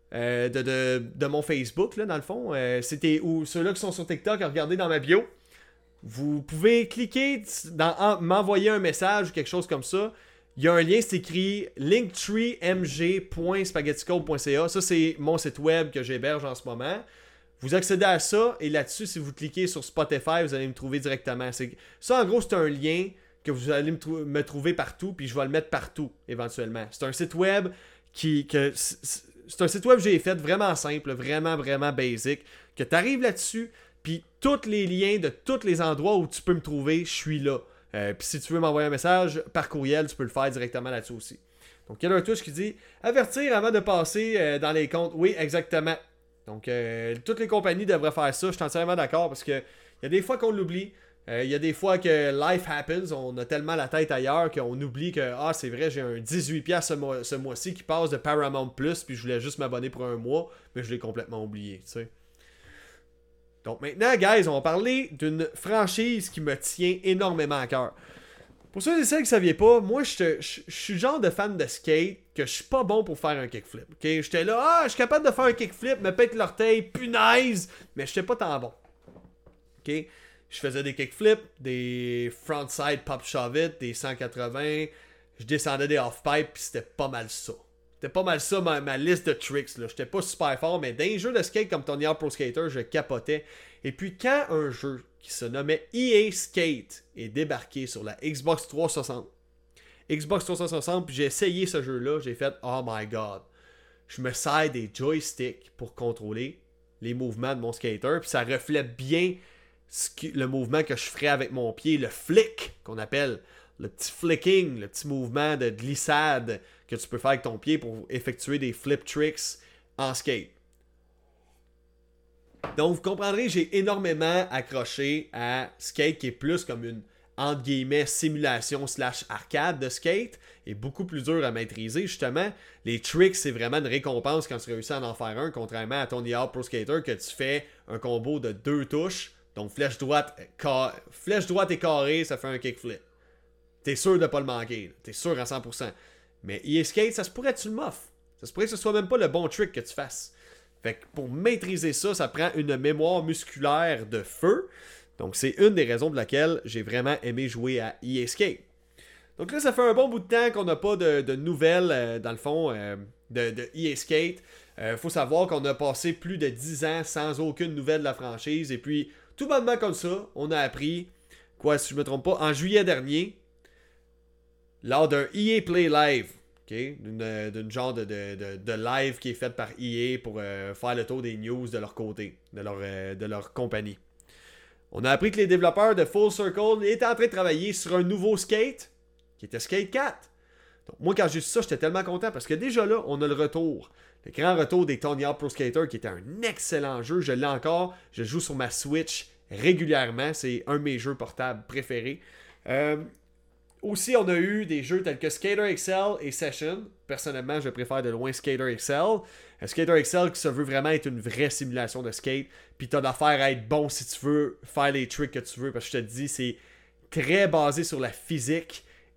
de mon Facebook, là, dans le fond. Ou ceux-là qui sont sur TikTok, regardez dans ma bio. Vous pouvez cliquer m'envoyer un message ou quelque chose comme ça. Il y a un lien, c'est écrit linktreemg.spaghetticode.ca. Ça, c'est mon site web que j'héberge en ce moment. Vous accédez à ça et là-dessus, si vous cliquez sur Spotify, vous allez me trouver directement. Ça, en gros, c'est un lien que vous allez me trouver partout, puis je vais le mettre partout éventuellement. C'est un site web c'est un site web que j'ai fait vraiment simple, vraiment, vraiment basic, que tu arrives là-dessus, puis tous les liens de tous les endroits où tu peux me trouver, je suis là. Puis si tu veux m'envoyer un message par courriel, tu peux le faire directement là-dessus aussi. Donc, il y a un touche qui dit « Avertir avant de passer dans les comptes. » Oui, exactement. Donc, toutes les compagnies devraient faire ça. Je suis entièrement d'accord parce que il y a des fois qu'on l'oublie. Il y a des fois que life happens. On a tellement la tête ailleurs qu'on oublie que c'est vrai, j'ai un 18$ ce mois-ci qui passe de Paramount Plus puis je voulais juste m'abonner pour un mois, mais je l'ai complètement oublié. Tu sais. Donc maintenant, guys, on va parler d'une franchise qui me tient énormément à cœur. Pour ceux et celles qui ne saviez pas, moi, je suis le genre de fan de skate que je suis pas bon pour faire un kickflip. Okay? J'étais là, je suis capable de faire un kickflip, me pète l'orteil, punaise, mais je n'étais pas tant bon. Okay? Je faisais des kickflips, des frontside pop shove it, des 180, je descendais des half-pipe, puis c'était pas mal ça. C'était pas mal ça, ma liste de tricks. Là. J'étais pas super fort, mais dans les jeux de skate comme Tony Hawk Pro Skater, je capotais. Et puis quand un jeu qui se nommait EA Skate est débarqué sur la Xbox 360, puis j'ai essayé ce jeu-là, j'ai fait « Oh my God ». Je me sers des joysticks pour contrôler les mouvements de mon skater, puis ça reflète bien le mouvement que je ferais avec mon pied, le flick qu'on appelle, le petit flicking, le petit mouvement de glissade que tu peux faire avec ton pied pour effectuer des flip tricks en skate. Donc, vous comprendrez, j'ai énormément accroché à skate, qui est plus comme une, entre guillemets, simulation / arcade de skate, et beaucoup plus dur à maîtriser, justement. Les tricks, c'est vraiment une récompense quand tu réussis à en faire un, contrairement à Tony Hawk Pro Skater, que tu fais un combo de 2 touches, donc flèche droite et carré, ça fait un kickflip. T'es sûr de pas le manquer, t'es sûr à 100%. Mais EA Skate, ça se pourrait que tu le moffes. Ça se pourrait que ce soit même pas le bon trick que tu fasses. Fait que pour maîtriser ça, ça prend une mémoire musculaire de feu. Donc c'est une des raisons pour laquelle j'ai vraiment aimé jouer à EA Skate. Donc là, ça fait un bon bout de temps qu'on n'a pas de nouvelles, dans le fond, de EA Skate. Faut savoir qu'on a passé plus de 10 ans sans aucune nouvelle de la franchise. Et puis, tout bonnement comme ça, on a appris, si je me trompe pas, en juillet dernier, lors d'un EA Play Live, okay, d'une genre de live qui est faite par EA pour faire le tour des news de leur côté, de leur compagnie. On a appris que les développeurs de Full Circle étaient en train de travailler sur un nouveau skate, qui était Skate 4. Donc moi, quand j'ai su ça, j'étais tellement content, parce que déjà là, on a le retour. Le grand retour des Tony Hawk Pro Skater, qui était un excellent jeu. Je l'ai encore, je joue sur ma Switch régulièrement. C'est un de mes jeux portables préférés. Aussi, on a eu des jeux tels que Skater XL et Session. Personnellement, je préfère de loin Skater XL. Skater XL qui se veut vraiment être une vraie simulation de skate. Puis t'as d'affaire à être bon si tu veux faire les tricks que tu veux. Parce que je te dis, c'est très basé sur la physique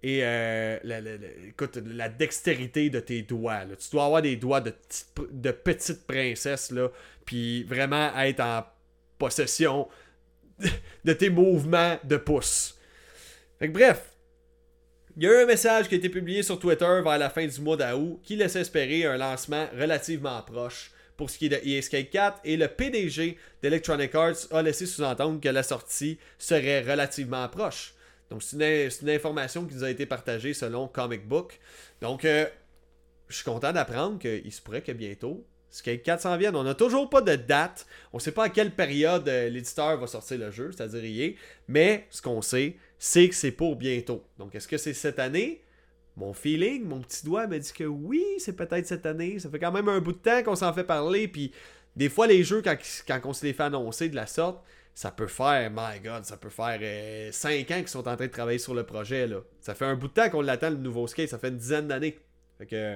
et écoute, la dextérité de tes doigts. Là. Tu dois avoir des doigts de petite princesse, là, puis vraiment être en possession de tes mouvements de pouce. Fait que bref, il y a eu un message qui a été publié sur Twitter vers la fin du mois d'août qui laisse espérer un lancement relativement proche pour ce qui est de EA Skate 4 et le PDG d'Electronic Arts a laissé sous-entendre que la sortie serait relativement proche. Donc c'est une information qui nous a été partagée selon Comic Book. Donc je suis content d'apprendre qu'il se pourrait que bientôt Skate 4 s'en vienne. On n'a toujours pas de date. On ne sait pas à quelle période l'éditeur va sortir le jeu, c'est-à-dire EA. Mais ce qu'on sait, c'est que c'est pour bientôt. Donc est-ce que c'est cette année? Mon feeling, mon petit doigt me dit que oui, c'est peut-être cette année. Ça fait quand même un bout de temps qu'on s'en fait parler. Puis des fois, les jeux, quand on se les fait annoncer de la sorte, ça peut faire, my God, ça peut faire 5 ans qu'ils sont en train de travailler sur le projet. Là. Ça fait un bout de temps qu'on l'attend, le nouveau Skate. Ça fait une dizaine d'années. Fait que...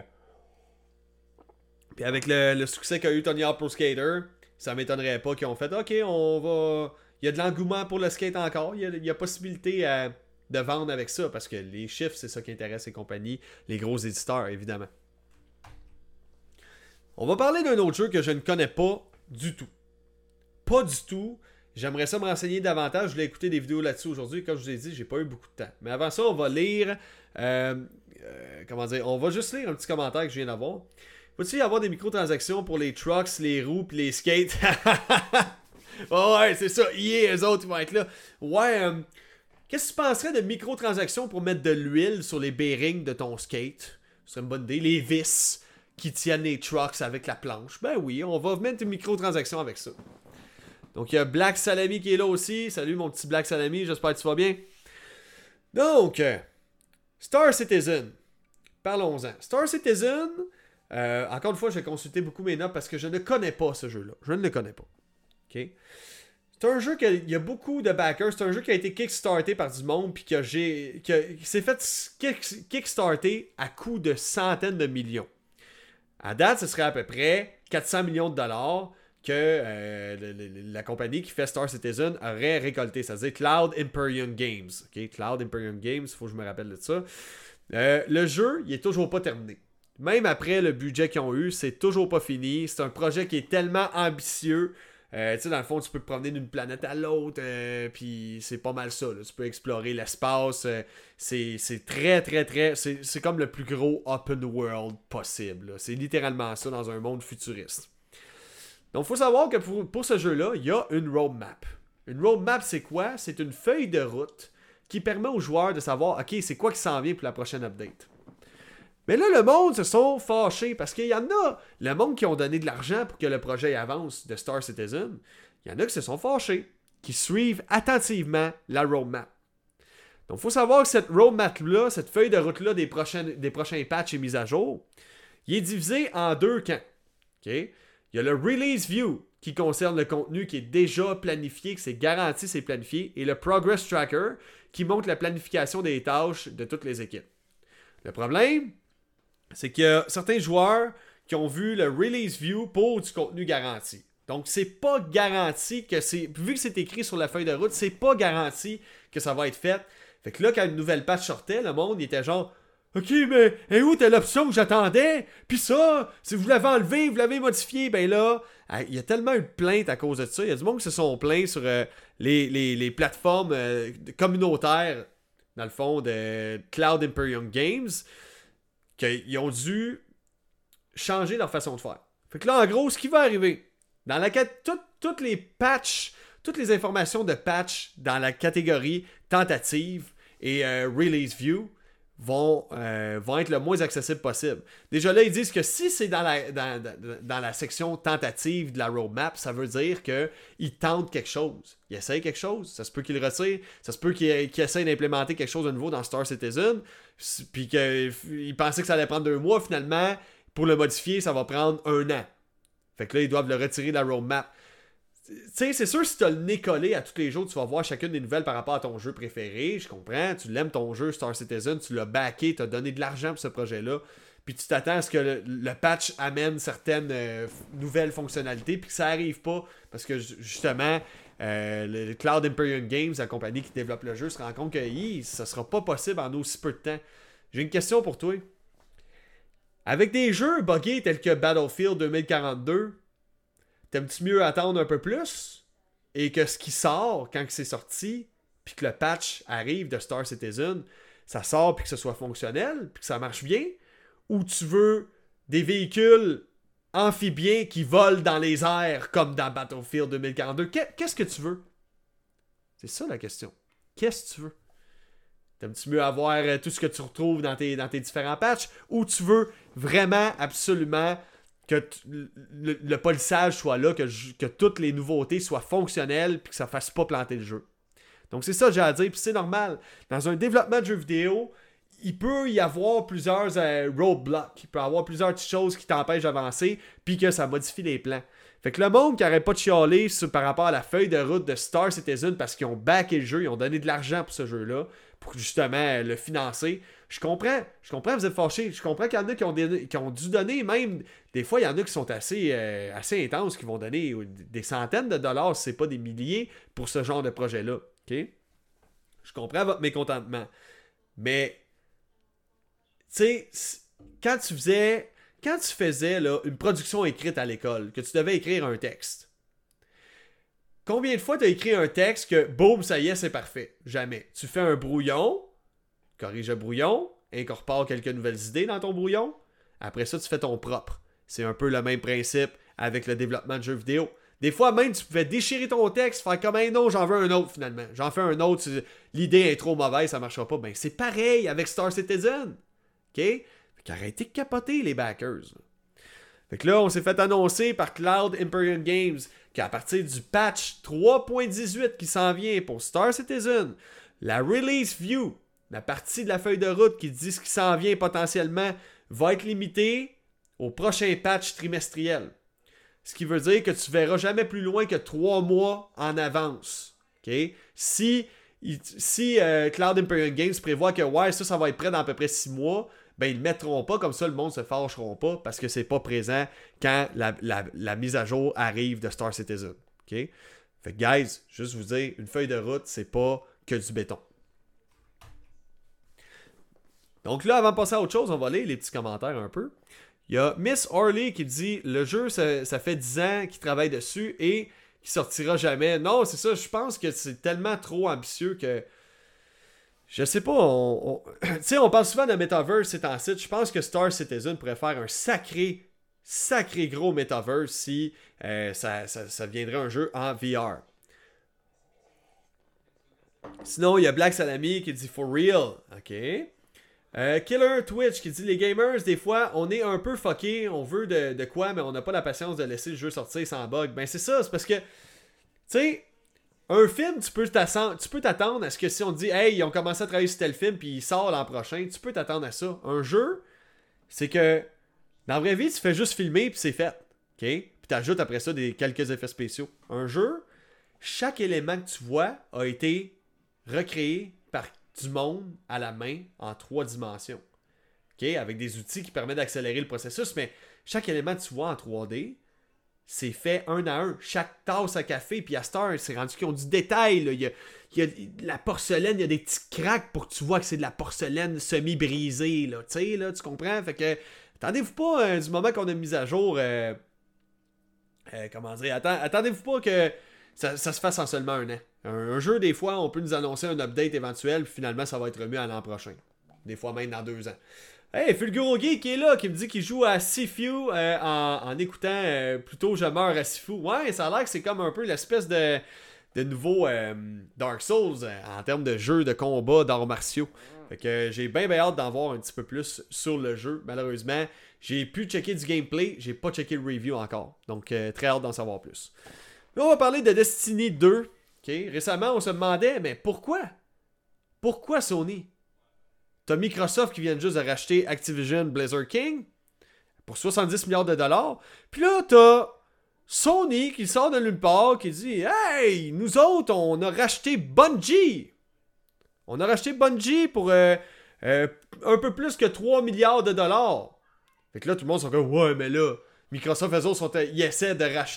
Puis avec le succès qu'a eu Tony Hawk Pro Skater, ça m'étonnerait pas qu'ils ont fait « Ok, on va... » Il y a de l'engouement pour le skate encore. Il y a possibilité de vendre avec ça, parce que les chiffres, c'est ça qui intéresse les compagnies, les gros éditeurs, évidemment. On va parler d'un autre jeu que je ne connais pas du tout. Pas du tout. J'aimerais ça me renseigner davantage. Je voulais écouter des vidéos là-dessus aujourd'hui. Comme je vous ai dit, j'ai pas eu beaucoup de temps. Mais avant ça, on va lire... comment dire? On va juste lire un petit commentaire que je viens d'avoir. Faut-il y avoir des microtransactions pour les trucks, les roues pis les skates? Oh ouais, c'est ça. EA, eux autres, ils vont être là. Ouais, qu'est-ce que tu penserais de microtransactions pour mettre de l'huile sur les bearings de ton skate? Ce serait une bonne idée. Les vis qui tiennent les trucks avec la planche. Ben oui, on va mettre une microtransaction avec ça. Donc, il y a Black Salami qui est là aussi. Salut, mon petit Black Salami. J'espère que tu vas bien. Donc, Star Citizen. Parlons-en. Star Citizen, encore une fois, j'ai consulté beaucoup mes notes parce que je ne connais pas ce jeu-là. Je ne le connais pas. OK? C'est un jeu il y a beaucoup de backers. C'est un jeu qui a été kickstarté par du monde puis qui s'est fait kickstarter à coût de centaines de millions. À date, ce serait à peu près 400 millions de dollars que la compagnie qui fait Star Citizen aurait récolté. C'est-à-dire Cloud Imperium Games. Okay? Cloud Imperium Games, il faut que je me rappelle de ça. Le jeu, il est toujours pas terminé. Même après le budget qu'ils ont eu, c'est toujours pas fini. C'est un projet qui est tellement ambitieux. Tu sais, dans le fond, tu peux te promener d'une planète à l'autre, puis c'est pas mal ça. Là. Tu peux explorer l'espace. C'est très, très, très... C'est comme le plus gros open world possible. Là. C'est littéralement ça dans un monde futuriste. Donc, il faut savoir que pour ce jeu-là, il y a une roadmap. Une roadmap, c'est quoi? C'est une feuille de route qui permet aux joueurs de savoir, OK, c'est quoi qui s'en vient pour la prochaine update. Mais là, le monde se sont fâchés parce qu'il y en a, le monde qui ont donné de l'argent pour que le projet avance de Star Citizen, il y en a qui se sont fâchés, qui suivent attentivement la roadmap. Donc, il faut savoir que cette roadmap-là, cette feuille de route-là des prochains patchs et mises à jour, il est divisé en deux camps. Okay? Il y a le Release View qui concerne le contenu qui est déjà planifié, que c'est garanti, c'est planifié, et le Progress Tracker qui montre la planification des tâches de toutes les équipes. Le problème, c'est qu'il y a certains joueurs qui ont vu le Release View pour du contenu garanti. Donc, c'est pas garanti que c'est... Vu que c'est écrit sur la feuille de route, c'est pas garanti que ça va être fait. Fait que là, quand une nouvelle patch sortait, le monde il était genre... Ok, mais où t'as l'option que j'attendais? Puis ça, si vous l'avez enlevé, vous l'avez modifié, ben là... Il y a tellement eu de plaintes à cause de ça. Il y a du monde qui se sont plaints sur les plateformes communautaires, dans le fond, de Cloud Imperium Games, qu'ils ont dû changer leur façon de faire. Fait que là, en gros, ce qui va arriver, dans toutes les patchs, toutes les informations de patch dans la catégorie tentative et release view vont être le moins accessible possible. Déjà là, ils disent que si c'est dans la section tentative de la roadmap, ça veut dire qu'ils tentent quelque chose. Ils essayent quelque chose. Ça se peut qu'ils le retirent. Ça se peut qu'ils essayent d'implémenter quelque chose de nouveau dans Star Citizen. Puis qu'ils pensaient que ça allait prendre 2 mois. Finalement, pour le modifier, ça va prendre 1 an. Fait que là, ils doivent le retirer de la roadmap. Tu sais, c'est sûr, si tu as le nez collé à tous les jours, tu vas voir chacune des nouvelles par rapport à ton jeu préféré. Je comprends. Tu l'aimes ton jeu Star Citizen, tu l'as backé, tu as donné de l'argent pour ce projet-là. Puis tu t'attends à ce que le patch amène certaines nouvelles fonctionnalités, puis que ça arrive pas. Parce que justement, le Cloud Imperium Games, la compagnie qui développe le jeu, se rend compte que ça sera pas possible en aussi peu de temps. J'ai une question pour toi. Avec des jeux buggés tels que Battlefield 2042, t'aimes-tu mieux attendre un peu plus et que ce qui sort quand c'est sorti, puis que le patch arrive de Star Citizen, ça sort puis que ce soit fonctionnel, puis que ça marche bien, ou tu veux des véhicules amphibiens qui volent dans les airs comme dans Battlefield 2042? Qu'est-ce que tu veux? C'est ça la question. Qu'est-ce que tu veux? T'aimes-tu mieux avoir tout ce que tu retrouves dans tes différents patchs, ou tu veux vraiment, absolument, que le polissage soit là, que toutes les nouveautés soient fonctionnelles, puis que ça fasse pas planter le jeu? Donc c'est ça que j'ai à dire, puis c'est normal. Dans un développement de jeux vidéo, il peut y avoir plusieurs roadblocks, il peut y avoir plusieurs petites choses qui t'empêchent d'avancer, puis que ça modifie les plans. Fait que le monde qui arrête pas de chialer par rapport à la feuille de route de Star Citizen parce qu'ils ont backé le jeu, ils ont donné de l'argent pour ce jeu-là, pour justement le financer. Je comprends, vous êtes fâchés. Je comprends qu'il y en a qui ont dû donner, même, des fois, il y en a qui sont assez intenses, qui vont donner des centaines de dollars, si c'est pas des milliers, pour ce genre de projet-là. OK? Je comprends votre mécontentement. Mais, tu sais, quand tu faisais là, une production écrite à l'école, que tu devais écrire un texte, combien de fois tu as écrit un texte que, boum, ça y est, c'est parfait? Jamais. Tu fais un brouillon, corrige le brouillon, incorpore quelques nouvelles idées dans ton brouillon, après ça, tu fais ton propre. C'est un peu le même principe avec le développement de jeux vidéo. Des fois, même, tu pouvais déchirer ton texte, faire comme un non, j'en veux un autre finalement. J'en fais un autre, l'idée est trop mauvaise, ça marchera pas. Ben, c'est pareil avec Star Citizen. OK? Fait qu'arrêtez de capoter, les backers. Fait que là, on s'est fait annoncer par Cloud Imperium Games qu'à partir du patch 3.18 qui s'en vient pour Star Citizen, la Release View, la partie de la feuille de route qui dit ce qui s'en vient potentiellement, va être limitée au prochain patch trimestriel. Ce qui veut dire que tu verras jamais plus loin que 3 mois en avance. Okay? Si Cloud Imperium Games prévoit que ouais, ça va être prêt dans à peu près 6 mois, ben ils le mettront pas, comme ça le monde se fâcheront pas parce que c'est pas présent quand la mise à jour arrive de Star Citizen. Okay? Fait que guys, juste vous dire, une feuille de route, c'est pas que du béton. Donc là, avant de passer à autre chose, on va lire les petits commentaires un peu. Il y a Miss Orly qui dit « Le jeu, ça fait 10 ans qu'il travaille dessus et qu'il sortira jamais. » Non, c'est ça, je pense que c'est tellement trop ambitieux que... Je sais pas, tu sais, on parle souvent de Metaverse, c'est en site. Je pense que Star Citizen pourrait faire un sacré gros Metaverse si ça deviendrait un jeu en VR. Sinon, il y a Black Salami qui dit « For real. » OK. Killer Twitch qui dit les gamers, des fois, on est un peu fucké, on veut de quoi, mais on n'a pas la patience de laisser le jeu sortir sans bug. Ben c'est ça, c'est parce que, tu sais, un film, tu peux t'attendre à ce que si on te dit, hey, ils ont commencé à travailler sur tel film, puis il sort l'an prochain, tu peux t'attendre à ça. Un jeu, c'est que, dans la vraie vie, tu fais juste filmer, puis c'est fait. OK? Puis t'ajoutes après ça quelques effets spéciaux. Un jeu, chaque élément que tu vois a été recréé par du monde à la main en 3 dimensions. Okay? Avec des outils qui permettent d'accélérer le processus, mais chaque élément que tu vois en 3D, c'est fait un à un. Chaque tasse à café, puis à cette heure, c'est rendu qu'ils ont du détail. Là. Il y a de la porcelaine, il y a des petits cracks pour que tu vois que c'est de la porcelaine semi-brisée. Là. Là, tu comprends? Fait que, attendez-vous pas du moment qu'on a mis à jour... comment dire? Attendez-vous pas que ça se fasse en seulement un an. Un jeu, des fois, on peut nous annoncer un update éventuel, puis finalement, ça va être remis à l'an prochain. Des fois, même dans 2 ans. Hey, Fulgurogi qui est là, qui me dit qu'il joue à Sifu en écoutant plutôt Je meurs à Sifu. Ouais, ça a l'air que c'est comme un peu l'espèce de nouveau Dark Souls en termes de jeu de combat d'arts martiaux. Fait que j'ai bien hâte d'en voir un petit peu plus sur le jeu. Malheureusement, j'ai pu checker du gameplay, j'ai pas checké le review encore. Donc, très hâte d'en savoir plus. Là, on va parler de Destiny 2. Okay. Récemment, on se demandait, mais pourquoi? Pourquoi Sony? T'as Microsoft qui vient juste de racheter Activision Blizzard King pour 70 milliards de dollars. Puis là, t'as Sony qui sort de nulle part, qui dit « Hey, nous autres, on a racheté Bungie! On a racheté Bungie pour un peu plus que 3 milliards de dollars. » Fait que là, tout le monde sont comme « Ouais, mais là, Microsoft, eux autres, ils essaient de racheter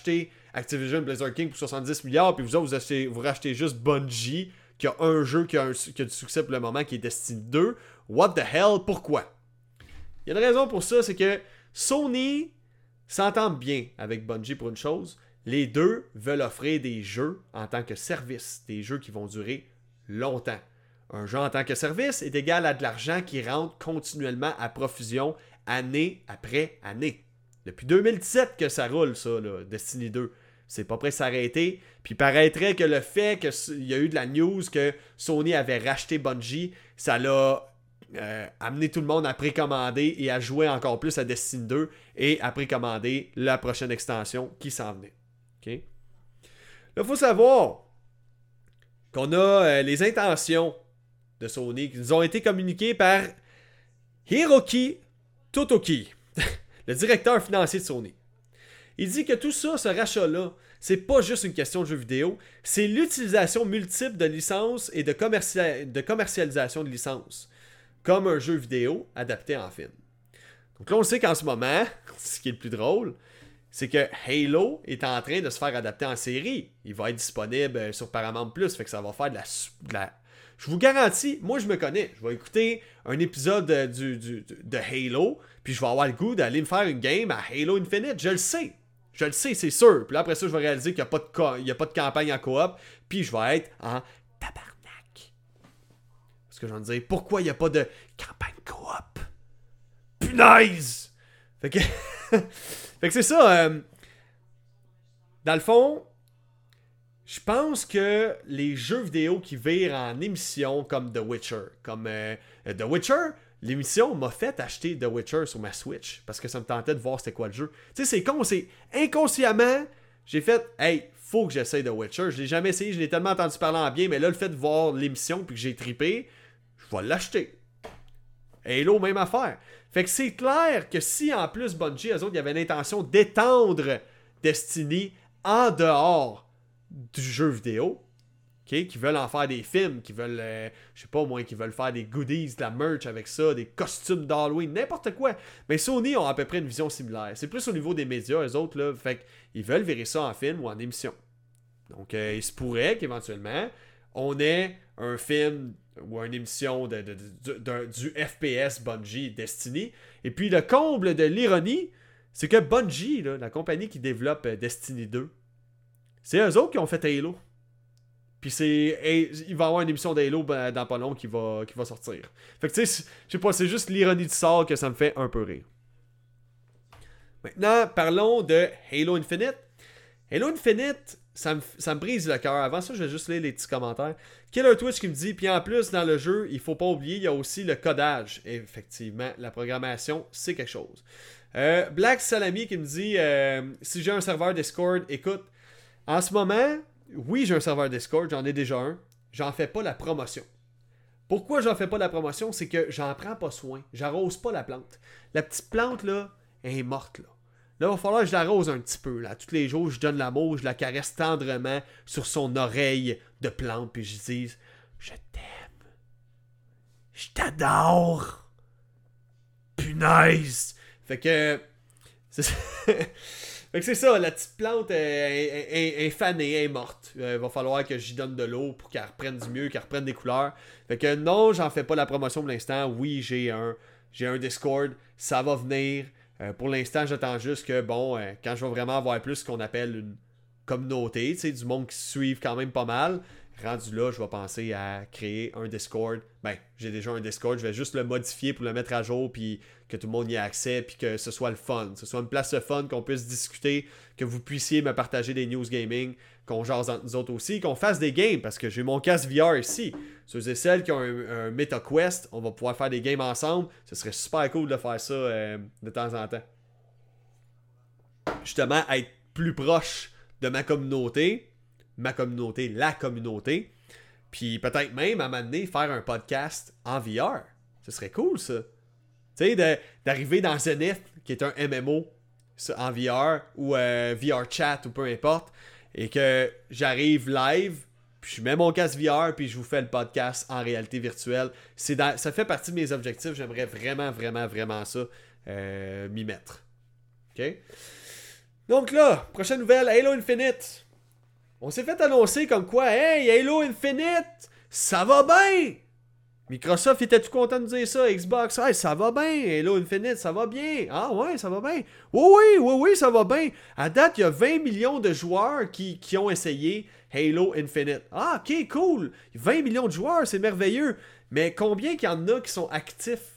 Activision Blizzard King pour 70 milliards, puis vous autres, vous rachetez juste Bungie, qui a un jeu qui a du succès pour le moment, qui est Destiny 2. What the hell? Pourquoi? Il y a une raison pour ça, c'est que Sony s'entend bien avec Bungie pour une chose. Les deux veulent offrir des jeux en tant que service, des jeux qui vont durer longtemps. Un jeu en tant que service est égal à de l'argent qui rentre continuellement à profusion, année après année. Depuis 2017 que ça roule, ça, là, Destiny 2. C'est pas prêt de s'arrêter. Puis il paraîtrait que le fait qu'il y a eu de la news que Sony avait racheté Bungie, ça l'a amené tout le monde à précommander et à jouer encore plus à Destiny 2 et à précommander la prochaine extension qui s'en venait. Okay? Là, il faut savoir qu'on a les intentions de Sony qui nous ont été communiquées par Hiroki Totoki, le directeur financier de Sony. Il dit que tout ça, ce rachat-là, c'est pas juste une question de jeux vidéo, c'est l'utilisation multiple de licences et de commercialisation de licences, comme un jeu vidéo adapté en film. Donc là, on sait qu'en ce moment, ce qui est le plus drôle, c'est que Halo est en train de se faire adapter en série. Il va être disponible sur Paramount+, fait que ça va faire de la... Je vous garantis, moi je me connais, je vais écouter un épisode de Halo, puis je vais avoir le goût d'aller me faire une game à Halo Infinite, je le sais, c'est sûr. Puis là après ça, je vais réaliser qu'il n'y a pas de campagne en coop, puis je vais être en tabarnak. Parce que je vais me dire, pourquoi il n'y a pas de campagne coop? Punaise! Fait que... fait que c'est ça. Dans le fond, je pense que les jeux vidéo qui virent en émission comme The Witcher, The Witcher, l'émission m'a fait acheter The Witcher sur ma Switch parce que ça me tentait de voir c'était quoi le jeu. Tu sais, c'est con, c'est inconsciemment, j'ai fait, hey, faut que j'essaye The Witcher. Je l'ai jamais essayé, je l'ai tellement entendu parler en bien, mais là, le fait de voir l'émission puis que j'ai trippé, je vais l'acheter. Halo, même affaire. Fait que c'est clair que si en plus Bungie, eux autres, il y avait l'intention d'étendre Destiny en dehors du jeu vidéo, okay, qui veulent en faire des films, qui veulent, je sais pas moi, qui veulent faire des goodies, de la merch avec ça, des costumes d'Halloween, n'importe quoi. Mais Sony ont à peu près une vision similaire. C'est plus au niveau des médias, eux autres, là, fait qu'ils veulent virer ça en film ou en émission. Donc, il se pourrait qu'éventuellement, on ait un film ou une émission du FPS Bungie Destiny. Et puis, le comble de l'ironie, c'est que Bungie, là, la compagnie qui développe Destiny 2, c'est eux autres qui ont fait Halo. Puis il va y avoir une émission d'Halo dans pas long qui va sortir. Fait que tu sais, je sais pas, c'est juste l'ironie du sort que ça me fait un peu rire. Maintenant, parlons de Halo Infinite. Halo Infinite, ça me brise le cœur. Avant ça, je vais juste lire les petits commentaires. Killer Twitch qui me dit, puis en plus, dans le jeu, il faut pas oublier, il y a aussi le codage. Effectivement, la programmation, c'est quelque chose. Black Salami qui me dit, si j'ai un serveur Discord, écoute, en ce moment, oui, j'ai un serveur Discord, j'en ai déjà un. J'en fais pas la promotion. Pourquoi j'en fais pas la promotion? C'est que j'en prends pas soin. J'arrose pas la plante. La petite plante, là, elle est morte, là. Là, il va falloir que je l'arrose un petit peu, là. Tous les jours, je donne l'amour, je la caresse tendrement sur son oreille de plante, puis je dis « Je t'aime. Je t'adore. Punaise. » Fait que... Fait que c'est ça, la petite plante est fanée, elle est morte. Il va falloir que j'y donne de l'eau pour qu'elle reprenne du mieux, qu'elle reprenne des couleurs. Fait que non, j'en fais pas la promotion pour l'instant. Oui, j'ai un Discord, ça va venir. Pour l'instant, j'attends juste que, quand je vais vraiment avoir plus ce qu'on appelle une communauté, tu sais, du monde qui se suivent quand même pas mal, rendu là, je vais penser à créer un Discord. Ben, j'ai déjà un Discord, je vais juste le modifier pour le mettre à jour, puis que tout le monde y ait accès, puis que ce soit le fun. Que ce soit une place de fun, qu'on puisse discuter, que vous puissiez me partager des news gaming, qu'on jase entre nous autres aussi, qu'on fasse des games, parce que j'ai mon casque VR ici. Ceux et celles qui ont un MetaQuest, on va pouvoir faire des games ensemble. Ce serait super cool de faire ça de temps en temps. Justement, être plus proche de ma communauté, la communauté, puis peut-être même à un moment donné faire un podcast en VR. Ce serait cool, ça. Tu sais, d'arriver dans Zenith, qui est un MMO en VR, ou VR chat, ou peu importe, et que j'arrive live, puis je mets mon casque VR, puis je vous fais le podcast en réalité virtuelle. Ça fait partie de mes objectifs. J'aimerais vraiment, vraiment, vraiment ça, m'y mettre. OK? Donc là, prochaine nouvelle, Halo Infinite. On s'est fait annoncer comme quoi, hey, Halo Infinite, ça va bien! Microsoft était tout content de dire ça, Xbox, hey, ça va bien, Halo Infinite, ça va bien. Ah ouais, ça va bien. Oui, ça va bien. À date, il y a 20 millions de joueurs qui ont essayé Halo Infinite. Ah, ok, cool. 20 millions de joueurs, c'est merveilleux. Mais combien qu'il y en a qui sont actifs?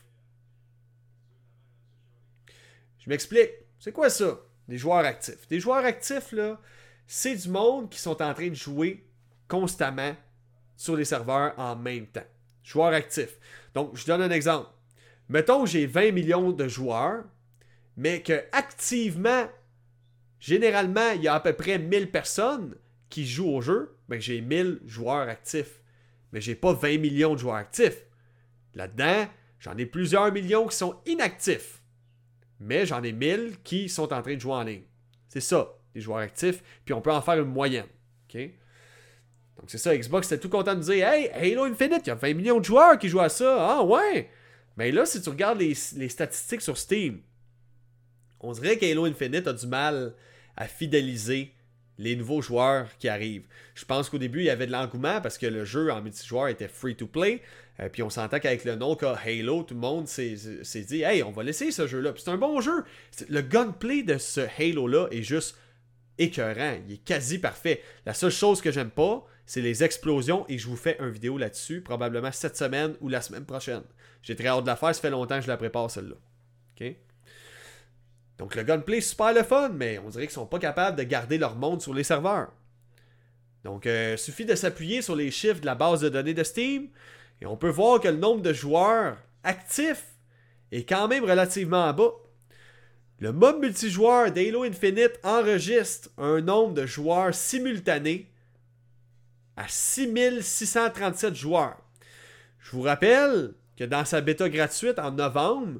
Je m'explique. C'est quoi ça? Des joueurs actifs. Des joueurs actifs, là, c'est du monde qui sont en train de jouer constamment sur les serveurs en même temps. Joueurs actifs. Donc, je donne un exemple. Mettons que j'ai 20 millions de joueurs, mais que activement, généralement, il y a à peu près 1000 personnes qui jouent au jeu, ben j'ai 1000 joueurs actifs. Mais j'ai pas 20 millions de joueurs actifs. Là-dedans, j'en ai plusieurs millions qui sont inactifs. Mais j'en ai 1000 qui sont en train de jouer en ligne. C'est ça, les joueurs actifs. Puis on peut en faire une moyenne. OK? Donc c'est ça, Xbox était tout content de dire hey, Halo Infinite, il y a 20 millions de joueurs qui jouent à ça. Ah ouais! Mais là, si tu regardes les statistiques sur Steam, on dirait qu'Halo Infinite a du mal à fidéliser les nouveaux joueurs qui arrivent. Je pense qu'au début, il y avait de l'engouement parce que le jeu en multijoueur était free-to-play. Puis on s'entend qu'avec le nom qu'a Halo, tout le monde s'est dit hey, on va laisser ce jeu-là. Puis c'est un bon jeu. Le gunplay de ce Halo-là est juste écœurant. Il est quasi parfait. La seule chose que j'aime pas, c'est les explosions et je vous fais une vidéo là-dessus, probablement cette semaine ou la semaine prochaine. J'ai très hâte de la faire, ça fait longtemps que je la prépare celle-là. OK? Donc le gunplay est super le fun, mais on dirait qu'ils sont pas capables de garder leur monde sur les serveurs. Donc il suffit de s'appuyer sur les chiffres de la base de données de Steam et on peut voir que le nombre de joueurs actifs est quand même relativement bas. Le mode multijoueur d'Halo Infinite enregistre un nombre de joueurs simultanés à 6637 joueurs. Je vous rappelle que dans sa bêta gratuite en novembre,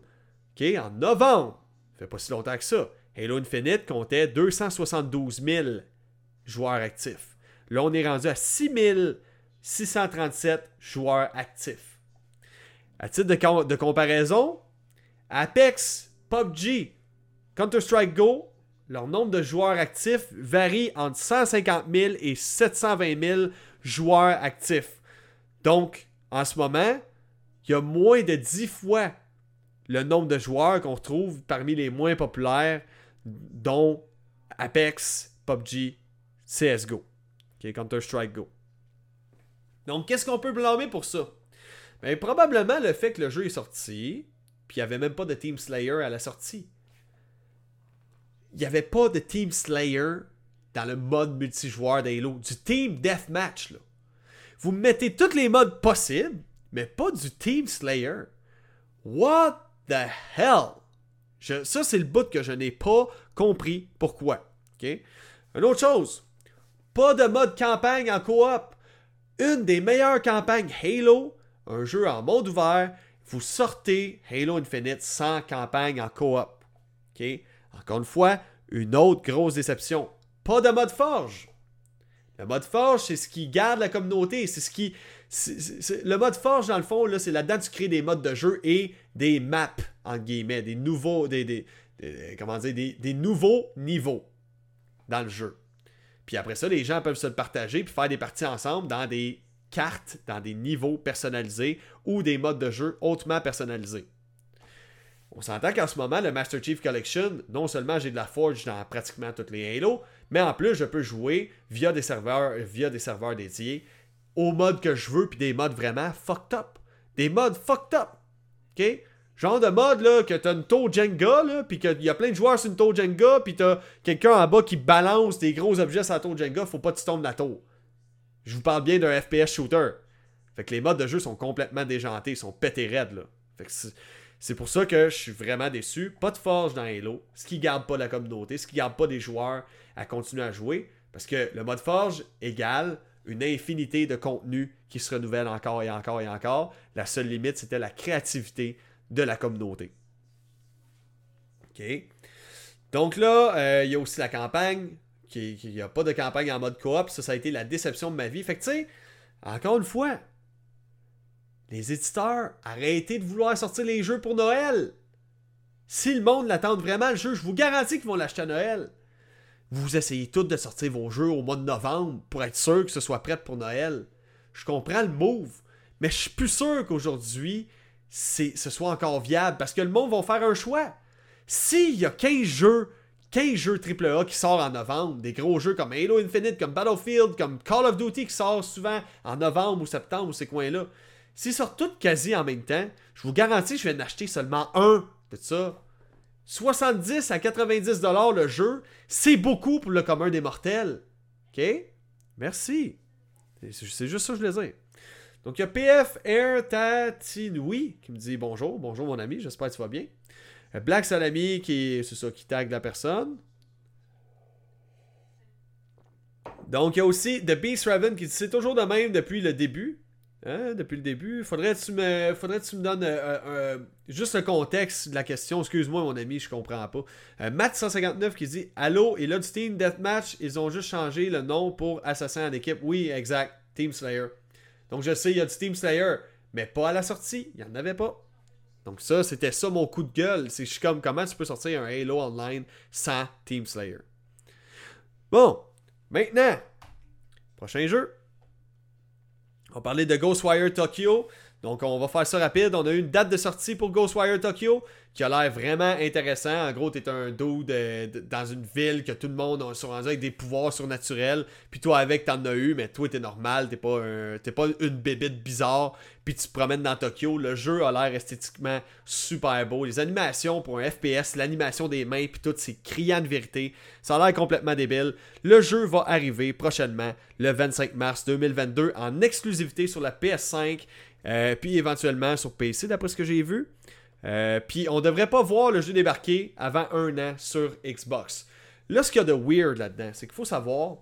ça fait pas si longtemps que ça, Halo Infinite comptait 272 000 joueurs actifs. Là, on est rendu à 6637 joueurs actifs. À titre de comparaison, Apex, PUBG, Counter-Strike Go, leur nombre de joueurs actifs varie entre 150 000 et 720 000 joueurs actifs. Donc, en ce moment, il y a moins de 10 fois le nombre de joueurs qu'on retrouve parmi les moins populaires, dont Apex, PUBG, CSGO, Counter-Strike Go. Donc, qu'est-ce qu'on peut blâmer pour ça? Bien, probablement le fait que le jeu est sorti, puis il n'y avait même pas de Team Slayer à la sortie. Il n'y avait pas de Team Slayer dans le mode multijoueur d'Halo. Du Team Deathmatch, là. Vous mettez tous les modes possibles, mais pas du Team Slayer. What the hell? Ça, c'est le bout que je n'ai pas compris pourquoi. Okay? Une autre chose, pas de mode campagne en coop. Une des meilleures campagnes Halo, un jeu en monde ouvert, vous sortez Halo Infinite sans campagne en coop. Okay? Encore une fois, une autre grosse déception. Pas de mode forge. Le mode forge, c'est ce qui garde la communauté. C'est ce qui. Le mode forge, dans le fond, là, c'est là-dedans que tu crées des modes de jeu et des maps, entre guillemets, des nouveaux. Comment dire, des nouveaux niveaux dans le jeu. Puis après ça, les gens peuvent se le partager puis faire des parties ensemble dans des cartes, dans des niveaux personnalisés ou des modes de jeu hautement personnalisés. On s'entend qu'en ce moment, le Master Chief Collection, non seulement j'ai de la Forge dans pratiquement toutes les Halo, mais en plus, je peux jouer via des serveurs dédiés au mode que je veux, puis des modes vraiment fucked up. Des modes fucked up. OK? Genre de mode, là, que t'as une tour Jenga, là, puis qu'il y a plein de joueurs sur une tour Jenga, puis t'as quelqu'un en bas qui balance des gros objets sur la tour Jenga, faut pas que tu tombes de la tour. Je vous parle bien d'un FPS shooter. Fait que les modes de jeu sont complètement déjantés, ils sont pétés raides, là. Fait que c'est pour ça que je suis vraiment déçu. Pas de forge dans Halo, ce qui garde pas la communauté, ce qui garde pas des joueurs à continuer à jouer. Parce que le mode forge égale une infinité de contenu qui se renouvelle encore et encore et encore. La seule limite, c'était la créativité de la communauté. OK. Donc là, il y a aussi la campagne. Il n'y a pas de campagne en mode coop. Ça a été la déception de ma vie. Fait que tu sais, encore une fois, les éditeurs, arrêtez de vouloir sortir les jeux pour Noël. Si le monde l'attend vraiment, le jeu, je vous garantis qu'ils vont l'acheter à Noël. vous essayez tous de sortir vos jeux au mois de novembre pour être sûr que ce soit prêt pour Noël. Je comprends le move, mais je suis plus sûr qu'aujourd'hui, ce soit encore viable parce que le monde va faire un choix. S'il y a 15 jeux AAA qui sortent en novembre, des gros jeux comme Halo Infinite, comme Battlefield, comme Call of Duty qui sort souvent en novembre ou septembre ou ces coins-là, s'ils sortent tous quasi en même temps, je vous garantis que je vais en acheter seulement un de ça. 70 à 90$ le jeu, c'est beaucoup pour le commun des mortels. OK? Merci. C'est juste ça que je voulais dire. Donc, il y a PF Air Tatinoui qui me dit bonjour. Bonjour, mon ami. J'espère que tu vas bien. Black Salami qui tag la personne. Donc, il y a aussi The Beast Raven qui dit c'est toujours de même depuis le début. Hein, depuis le début. Faudrait que tu me donnes juste le contexte de la question. Excuse-moi, mon ami, je comprends pas. Matt159 qui dit allô, et là du Team Deathmatch, ils ont juste changé le nom pour Assassin en équipe. Oui, exact. Team Slayer. Donc, je sais, il y a du Team Slayer, mais pas à la sortie. Il n'y en avait pas. Donc, ça, c'était ça mon coup de gueule. Je suis comme, comment tu peux sortir un Halo Online sans Team Slayer? Bon, maintenant, prochain jeu. On va parler de Ghostwire Tokyo. Donc, on va faire ça rapide. On a eu une date de sortie pour Ghostwire Tokyo qui a l'air vraiment intéressant. En gros, t'es un dude dans une ville que tout le monde sont rendus avec des pouvoirs surnaturels. Puis toi, avec, t'en as eu, mais toi, t'es normal. T'es pas une bébite bizarre. Puis tu te promènes dans Tokyo. Le jeu a l'air esthétiquement super beau. Les animations pour un FPS, l'animation des mains, puis tout, c'est criant de vérité. Ça a l'air complètement débile. Le jeu va arriver prochainement, le 25 mars 2022, en exclusivité sur la PS5. Puis éventuellement sur PC, d'après ce que j'ai vu. Puis on devrait pas voir le jeu débarquer avant 1 an sur Xbox. Là, ce qu'il y a de weird là-dedans, c'est qu'il faut savoir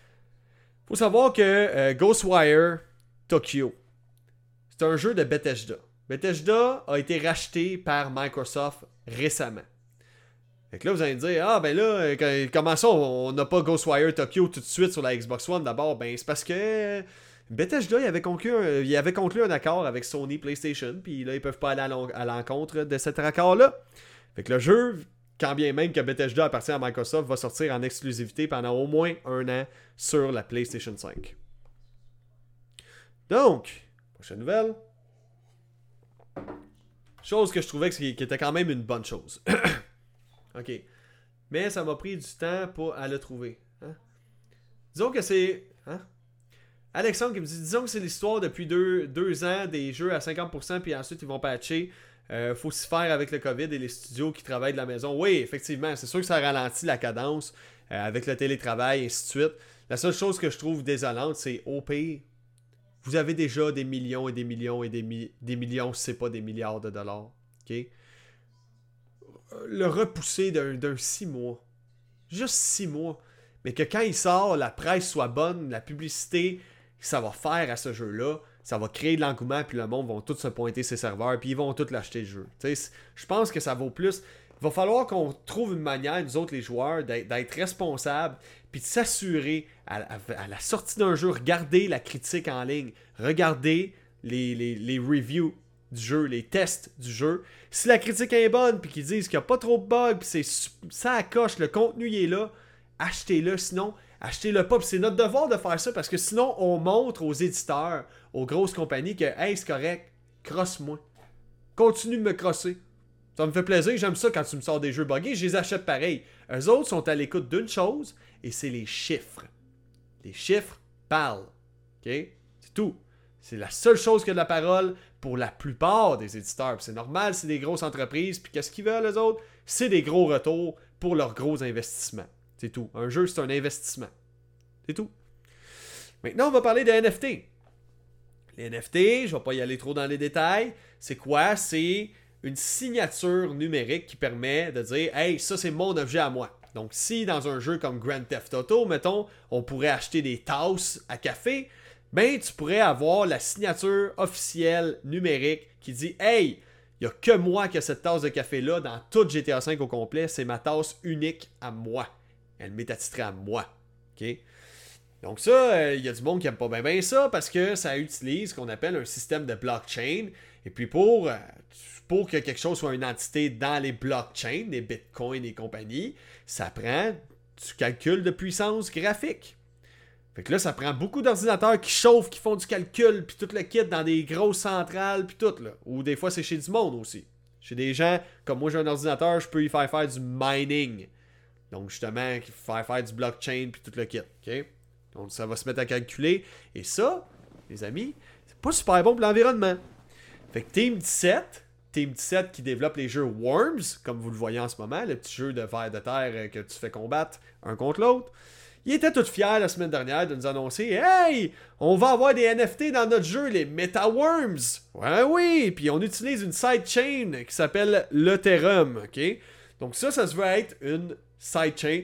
que Ghostwire Tokyo, c'est un jeu de Bethesda. Bethesda a été racheté par Microsoft récemment. Fait que là, vous allez me dire, ah ben là, comment ça, on n'a pas Ghostwire Tokyo tout de suite sur la Xbox One d'abord? Ben c'est parce que Bethesda, il avait conclu un accord avec Sony PlayStation, puis là, ils peuvent pas aller à l'encontre de cet accord-là. Fait que le jeu, quand bien même que Bethesda appartient à Microsoft, va sortir en exclusivité pendant au moins 1 an sur la PlayStation 5. Donc, prochaine nouvelle. Chose que je trouvais qui était quand même une bonne chose. OK. Mais ça m'a pris du temps pour à le trouver. Hein? Disons que c'est... Hein? Alexandre qui me dit, disons que c'est l'histoire depuis 2 ans des jeux à 50%, puis ensuite ils vont patcher. Faut s'y faire avec le COVID et les studios qui travaillent de la maison. Oui, effectivement, c'est sûr que ça ralentit la cadence avec le télétravail et ainsi de suite. La seule chose que je trouve désolante, c'est au pire, vous avez déjà des millions et des millions et des millions, si c'est pas des milliards de dollars. OK? Le repousser d'un 6 mois. Juste 6 mois. Mais que quand il sort, la presse soit bonne, la publicité que ça va faire à ce jeu-là, ça va créer de l'engouement, puis le monde va tous se pointer ses serveurs, puis ils vont tous l'acheter le jeu. Je pense que ça vaut plus. Il va falloir qu'on trouve une manière, nous autres les joueurs, d'être responsables, puis de s'assurer à la sortie d'un jeu, regarder la critique en ligne, regarder les reviews du jeu, les tests du jeu. Si la critique est bonne, puis qu'ils disent qu'il n'y a pas trop de bugs, puis ça coche, le contenu il est là, achetez-le, sinon achetez-le pas. Puis c'est notre devoir de faire ça parce que sinon on montre aux éditeurs, aux grosses compagnies que hey, c'est correct, crosse-moi. Continue de me crosser. Ça me fait plaisir, j'aime ça quand tu me sors des jeux buggés, je les achète pareil. Eux autres sont à l'écoute d'une chose et c'est les chiffres. Les chiffres parlent. OK? C'est tout. C'est la seule chose qui a de la parole pour la plupart des éditeurs. Puis c'est normal, c'est des grosses entreprises. Puis qu'est-ce qu'ils veulent, eux autres? C'est des gros retours pour leurs gros investissements. C'est tout. Un jeu, c'est un investissement. C'est tout. Maintenant, on va parler des NFT. Les NFT, je ne vais pas y aller trop dans les détails. C'est quoi? C'est une signature numérique qui permet de dire « Hey, ça, c'est mon objet à moi. » Donc, si dans un jeu comme Grand Theft Auto, mettons, on pourrait acheter des tasses à café, ben, tu pourrais avoir la signature officielle numérique qui dit « Hey, il n'y a que moi qui a cette tasse de café-là dans toute GTA V au complet. C'est ma tasse unique à moi. Elle m'est attitrée à moi. » OK? Donc ça, il y a du monde qui n'aime pas bien ça parce que ça utilise ce qu'on appelle un système de blockchain. Et puis pour que quelque chose soit une entité dans les blockchains, les bitcoins et compagnie, ça prend du calcul de puissance graphique. Fait que là, ça prend beaucoup d'ordinateurs qui chauffent, qui font du calcul, puis tout le kit dans des grosses centrales, puis tout, là. Ou des fois, c'est chez du monde aussi. Chez des gens, comme moi, j'ai un ordinateur, je peux y faire du mining. Donc, justement, faire du blockchain, puis tout le kit, ok? Donc, ça va se mettre à calculer. Et ça, les amis, c'est pas super bon pour l'environnement. Fait que Team 17 qui développe les jeux Worms, comme vous le voyez en ce moment, le petit jeu de vers de terre que tu fais combattre un contre l'autre, il était tout fier la semaine dernière de nous annoncer « Hey, on va avoir des NFT dans notre jeu, les MetaWorms! » Ouais, oui, puis on utilise une sidechain qui s'appelle l'Ethereum, ok? Donc ça se veut être une sidechain,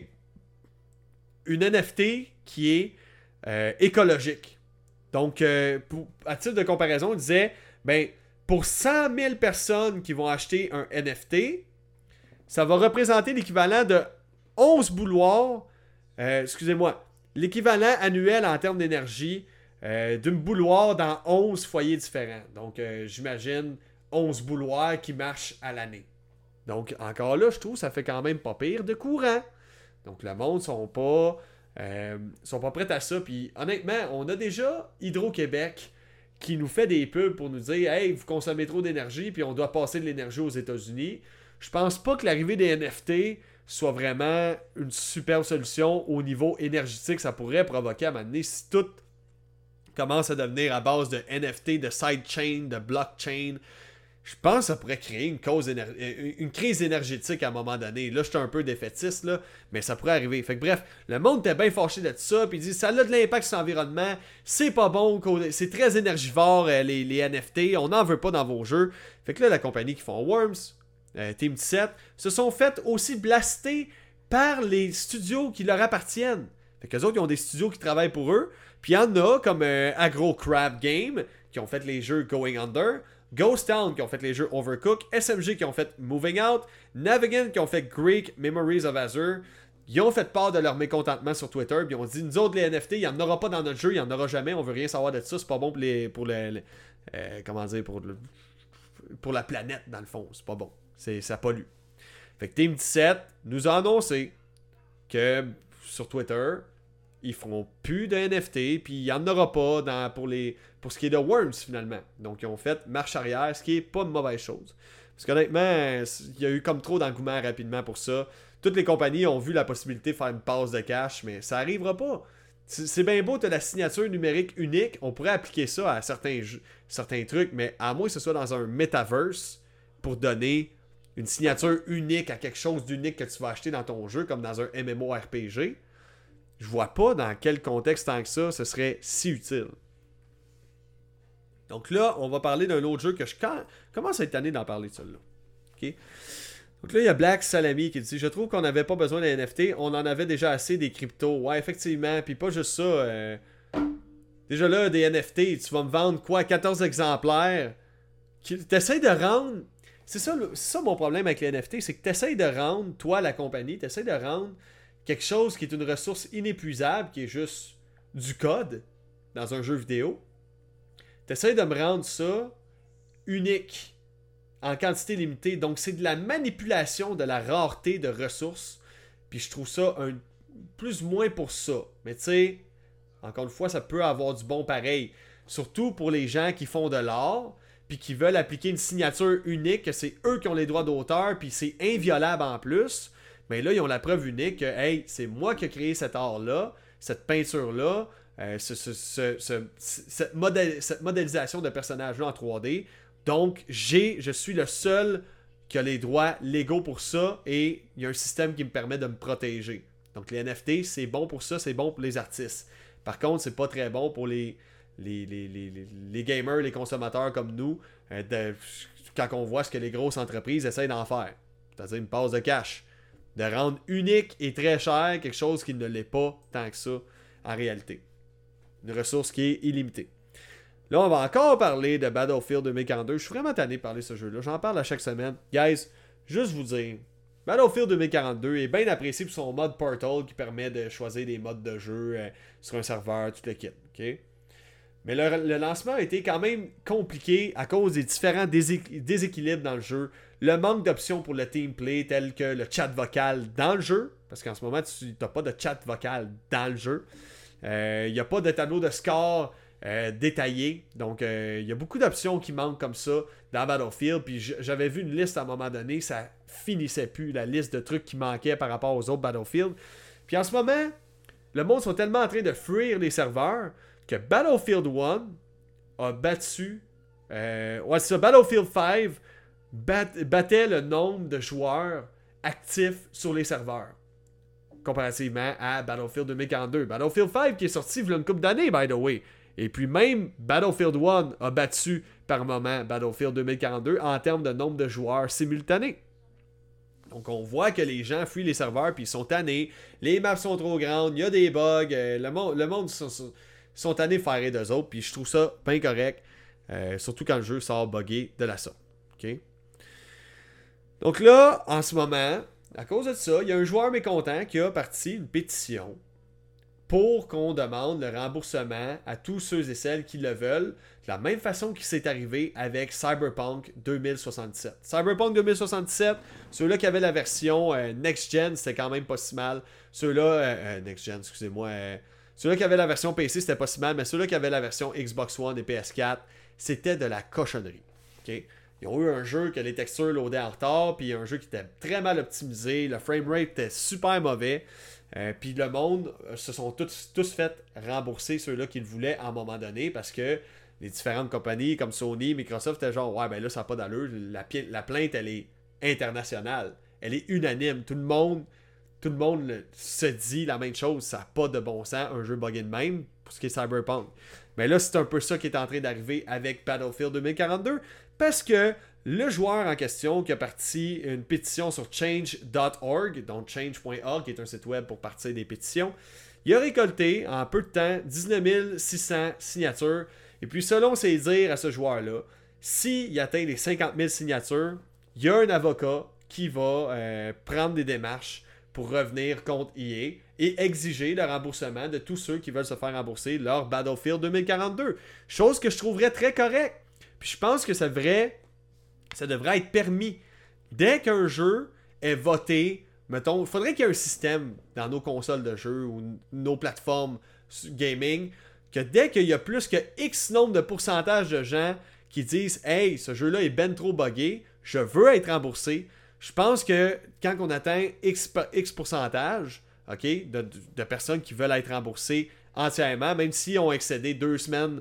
une NFT qui est écologique. Donc, à titre de comparaison, on disait, ben, pour 100 000 personnes qui vont acheter un NFT, ça va représenter l'équivalent de 11 bouloirs, l'équivalent annuel en termes d'énergie d'une bouloir dans 11 foyers différents. Donc, j'imagine 11 bouloirs qui marchent à l'année. Donc, encore là, je trouve que ça fait quand même pas pire de courant. Donc, le monde sont pas prêts à ça. Puis, honnêtement, on a déjà Hydro-Québec qui nous fait des pubs pour nous dire « Hey, vous consommez trop d'énergie, puis on doit passer de l'énergie aux États-Unis. » Je pense pas que l'arrivée des NFT soit vraiment une superbe solution au niveau énergétique. Ça pourrait provoquer à un moment donné, si tout commence à devenir à base de NFT, de sidechain, de blockchain, je pense que ça pourrait créer une crise énergétique à un moment donné. Là, je suis un peu défaitiste, là, mais ça pourrait arriver. Fait que bref, le monde était bien fâché de ça, puis il dit ça a de l'impact sur l'environnement, c'est pas bon, c'est très énergivore les NFT, on n'en veut pas dans vos jeux. Fait que là, la compagnie qui font Worms, Team 17, se sont fait aussi blaster par les studios qui leur appartiennent. Fait qu'eux autres, ils ont des studios qui travaillent pour eux, puis il y en a comme Agro Crab Game, qui ont fait les jeux Going Under, Ghost Town qui ont fait les jeux Overcooked, SMG qui ont fait Moving Out, Navigant qui ont fait Greek Memories of Azure. Ils ont fait part de leur mécontentement sur Twitter, puis ils ont dit nous autres les NFT, il n'y en aura pas dans notre jeu, il n'y en aura jamais, on veut rien savoir de ça, c'est pas bon pour la planète dans le fond, c'est pas bon, ça pollue. Fait que Team 17 nous a annoncé que sur Twitter, ils feront plus de NFT, puis il n'y en aura pas pour ce qui est de Worms finalement. Donc ils ont fait marche arrière, ce qui est pas une mauvaise chose. Parce qu'honnêtement, il y a eu comme trop d'engouement rapidement pour ça. Toutes les compagnies ont vu la possibilité de faire une passe de cash, mais ça arrivera pas. C'est bien beau, tu as la signature numérique unique, on pourrait appliquer ça à certains trucs, mais à moins que ce soit dans un metaverse pour donner une signature unique à quelque chose d'unique que tu vas acheter dans ton jeu, comme dans un MMORPG, je vois pas dans quel contexte tant que ça, ce serait si utile. Donc là, on va parler d'un autre jeu que je commence à être tanné d'en parler de celui-là. Okay? Donc là, il y a Black Salami qui dit « Je trouve qu'on n'avait pas besoin des NFT, on en avait déjà assez des cryptos. » Ouais, effectivement, puis pas juste ça. Déjà là, des NFT, tu vas me vendre quoi? 14 exemplaires? T'essayes de rendre... C'est ça mon problème avec les NFT, c'est que t'essayes de rendre, toi, la compagnie, t'essayes de rendre quelque chose qui est une ressource inépuisable, qui est juste du code dans un jeu vidéo. T'essayes de me rendre ça unique, en quantité limitée. Donc, c'est de la manipulation de la rareté de ressources. Puis je trouve ça plus ou moins pour ça. Mais tu sais, encore une fois, ça peut avoir du bon pareil. Surtout pour les gens qui font de l'art, puis qui veulent appliquer une signature unique, que c'est eux qui ont les droits d'auteur, puis c'est inviolable en plus. Mais là, ils ont la preuve unique que, hey, c'est moi qui ai créé cet art-là, cette peinture-là, cette modélisation de personnages-là en 3D. Donc, je suis le seul qui a les droits légaux pour ça et il y a un système qui me permet de me protéger. Donc, les NFT, c'est bon pour ça, c'est bon pour les artistes. Par contre, c'est pas très bon pour les gamers, les consommateurs comme nous, quand on voit ce que les grosses entreprises essayent d'en faire. C'est-à-dire une passe de cash. De rendre unique et très cher quelque chose qui ne l'est pas tant que ça en réalité. Une ressource qui est illimitée. Là, on va encore parler de Battlefield 2042. Je suis vraiment tanné de parler de ce jeu-là. J'en parle à chaque semaine. Guys, juste vous dire, Battlefield 2042 est bien apprécié pour son mode Portal qui permet de choisir des modes de jeu sur un serveur, tout le kit. Okay? Mais le lancement a été quand même compliqué à cause des différents déséquilibres dans le jeu. Le manque d'options pour le team play, tel que le chat vocal dans le jeu. Parce qu'en ce moment, tu n'as pas de chat vocal dans le jeu. Il n'y a pas de tableau de score détaillé. Donc, il y a beaucoup d'options qui manquent comme ça dans Battlefield. Puis j'avais vu une liste à un moment donné. Ça finissait plus, la liste de trucs qui manquaient par rapport aux autres Battlefield. Puis en ce moment, le monde sont tellement en train de fuir les serveurs que Battlefield 1 a battu... ouais, c'est ça, Battlefield 5 battait le nombre de joueurs actifs sur les serveurs. Comparativement à Battlefield 2042. Battlefield 5 qui est sorti il y a une couple d'années, by the way. Et puis même Battlefield 1 a battu par moment Battlefield 2042 en termes de nombre de joueurs simultanés. Donc on voit que les gens fuient les serveurs puis ils sont tannés. Les maps sont trop grandes, il y a des bugs. Le monde sont tannés de faire rire d'eux autres. Puis je trouve ça bien correct. Surtout quand le jeu sort buggé de la sorte. OK? Donc là, en ce moment, à cause de ça, il y a un joueur mécontent qui a parti une pétition pour qu'on demande le remboursement à tous ceux et celles qui le veulent, de la même façon qu'il s'est arrivé avec Cyberpunk 2077. Cyberpunk 2077, ceux-là qui avaient la version Next-Gen, c'était quand même pas si mal. Ceux-là, Next-Gen, excusez-moi, ceux-là qui avaient la version PC, c'était pas si mal, mais ceux-là qui avaient la version Xbox One et PS4, c'était de la cochonnerie. OK? Ils ont eu un jeu que les textures loadaient en retard, puis un jeu qui était très mal optimisé, le framerate était super mauvais, puis le monde se sont tous fait rembourser ceux-là qui le voulaient à un moment donné, parce que les différentes compagnies comme Sony, Microsoft étaient genre, ouais, ben là, ça n'a pas d'allure, la plainte, elle est internationale, elle est unanime, tout le monde se dit la même chose, ça n'a pas de bon sens, un jeu buggé de même, pour ce qui est Cyberpunk. Mais là, c'est un peu ça qui est en train d'arriver avec Battlefield 2042, parce que le joueur en question qui a parti une pétition sur change.org, donc change.org, qui est un site web pour partir des pétitions, il a récolté en peu de temps 19 600 signatures. Et puis selon ses dires à ce joueur-là, s'il atteint les 50 000 signatures, il y a un avocat qui va prendre des démarches pour revenir contre EA et exiger le remboursement de tous ceux qui veulent se faire rembourser leur Battlefield 2042. Chose que je trouverais très correcte. Puis je pense que ça devrait être permis. Dès qu'un jeu est voté, mettons, il faudrait qu'il y ait un système dans nos consoles de jeux ou nos plateformes gaming, que dès qu'il y a plus que X nombre de pourcentage de gens qui disent « Hey, ce jeu-là est ben trop buggé, je veux être remboursé », je pense que quand on atteint X pourcentage, okay, de personnes qui veulent être remboursées entièrement, même s'ils ont excédé 2 semaines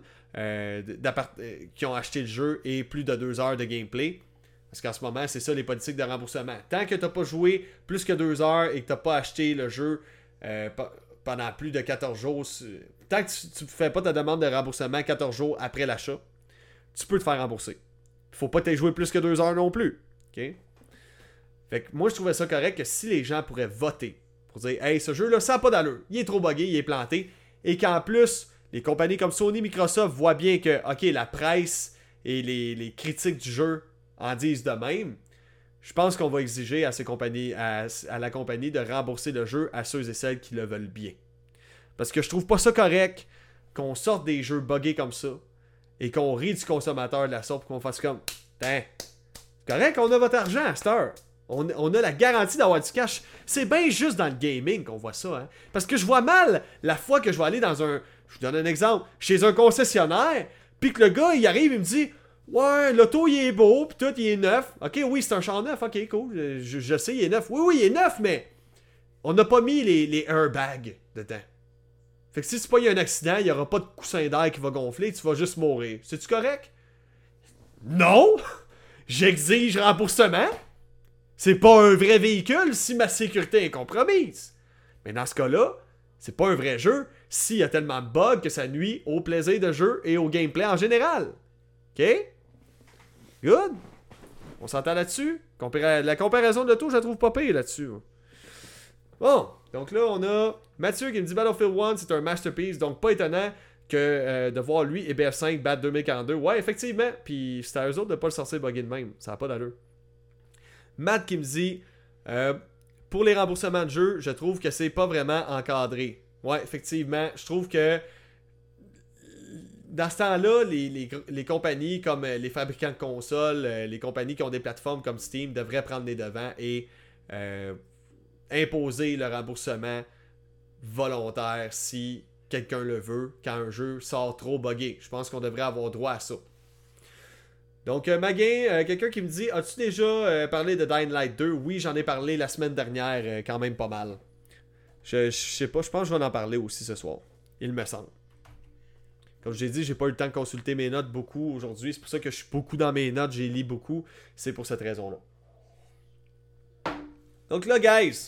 qui ont acheté le jeu et plus de 2 heures de gameplay. Parce qu'en ce moment, c'est ça les politiques de remboursement. Tant que tu n'as pas joué plus que 2 heures et que tu n'as pas acheté le jeu pendant plus de 14 jours, tant que tu ne fais pas ta demande de remboursement 14 jours après l'achat, tu peux te faire rembourser. Il faut pas t'aies joué plus que 2 heures non plus. Okay? Fait que moi, je trouvais ça correct que si les gens pourraient voter pour dire « Hey, ce jeu-là, ça n'a pas d'allure. Il est trop buggé, il est planté. » Et qu'en plus, les compagnies comme Sony, Microsoft voient bien que, ok, la presse et les critiques du jeu en disent de même. Je pense qu'on va exiger à ces compagnies, à la compagnie de rembourser le jeu à ceux et celles qui le veulent bien. Parce que je trouve pas ça correct qu'on sorte des jeux buggés comme ça et qu'on rit du consommateur de la sorte pour qu'on fasse comme c'est correct, on a votre argent à cette heure. On a la garantie d'avoir du cash. C'est bien juste dans le gaming qu'on voit ça. Hein? Parce que je vois mal la fois que je vais aller dans un... Je vous donne un exemple. Chez un concessionnaire, puis que le gars, il arrive, il me dit « Ouais, l'auto, il est beau, puis tout, il est neuf. Ok, oui, c'est un char neuf. Ok, cool. Je sais, il est neuf. Oui, il est neuf, mais on n'a pas mis les airbags dedans. Fait que si c'est pas il y a un accident, il n'y aura pas de coussin d'air qui va gonfler, tu vas juste mourir. C'est-tu correct? Non! J'exige remboursement. C'est pas un vrai véhicule si ma sécurité est compromise. Mais dans ce cas-là, c'est pas un vrai jeu s'il y a tellement de bugs que ça nuit au plaisir de jeu et au gameplay en général. OK? Good? On s'entend là-dessus? La comparaison de l'auto, je la trouve pas pire là-dessus. Bon, donc là, on a Mathieu qui me dit Battlefield 1, c'est un masterpiece, donc pas étonnant que de voir lui et BF5 battre 2042. Ouais, effectivement, puis c'est à eux autres de pas le sortir buggé de même. Ça n'a pas d'allure. Matt qui me dit pour les remboursements de jeu, je trouve que c'est pas vraiment encadré. Ouais, effectivement, je trouve que dans ce temps-là, les compagnies comme les fabricants de consoles, les compagnies qui ont des plateformes comme Steam devraient prendre les devants et imposer le remboursement volontaire si quelqu'un le veut quand un jeu sort trop buggé. Je pense qu'on devrait avoir droit à ça. Donc, Maguin, quelqu'un qui me dit, as-tu déjà parlé de Dying Light 2? Oui, j'en ai parlé la semaine dernière, quand même pas mal. Je sais pas, je pense que je vais en parler aussi ce soir. Il me semble. Comme je l'ai dit, j'ai pas eu le temps de consulter mes notes beaucoup aujourd'hui. C'est pour ça que je suis beaucoup dans mes notes, j'ai lu beaucoup. C'est pour cette raison-là. Donc là, guys,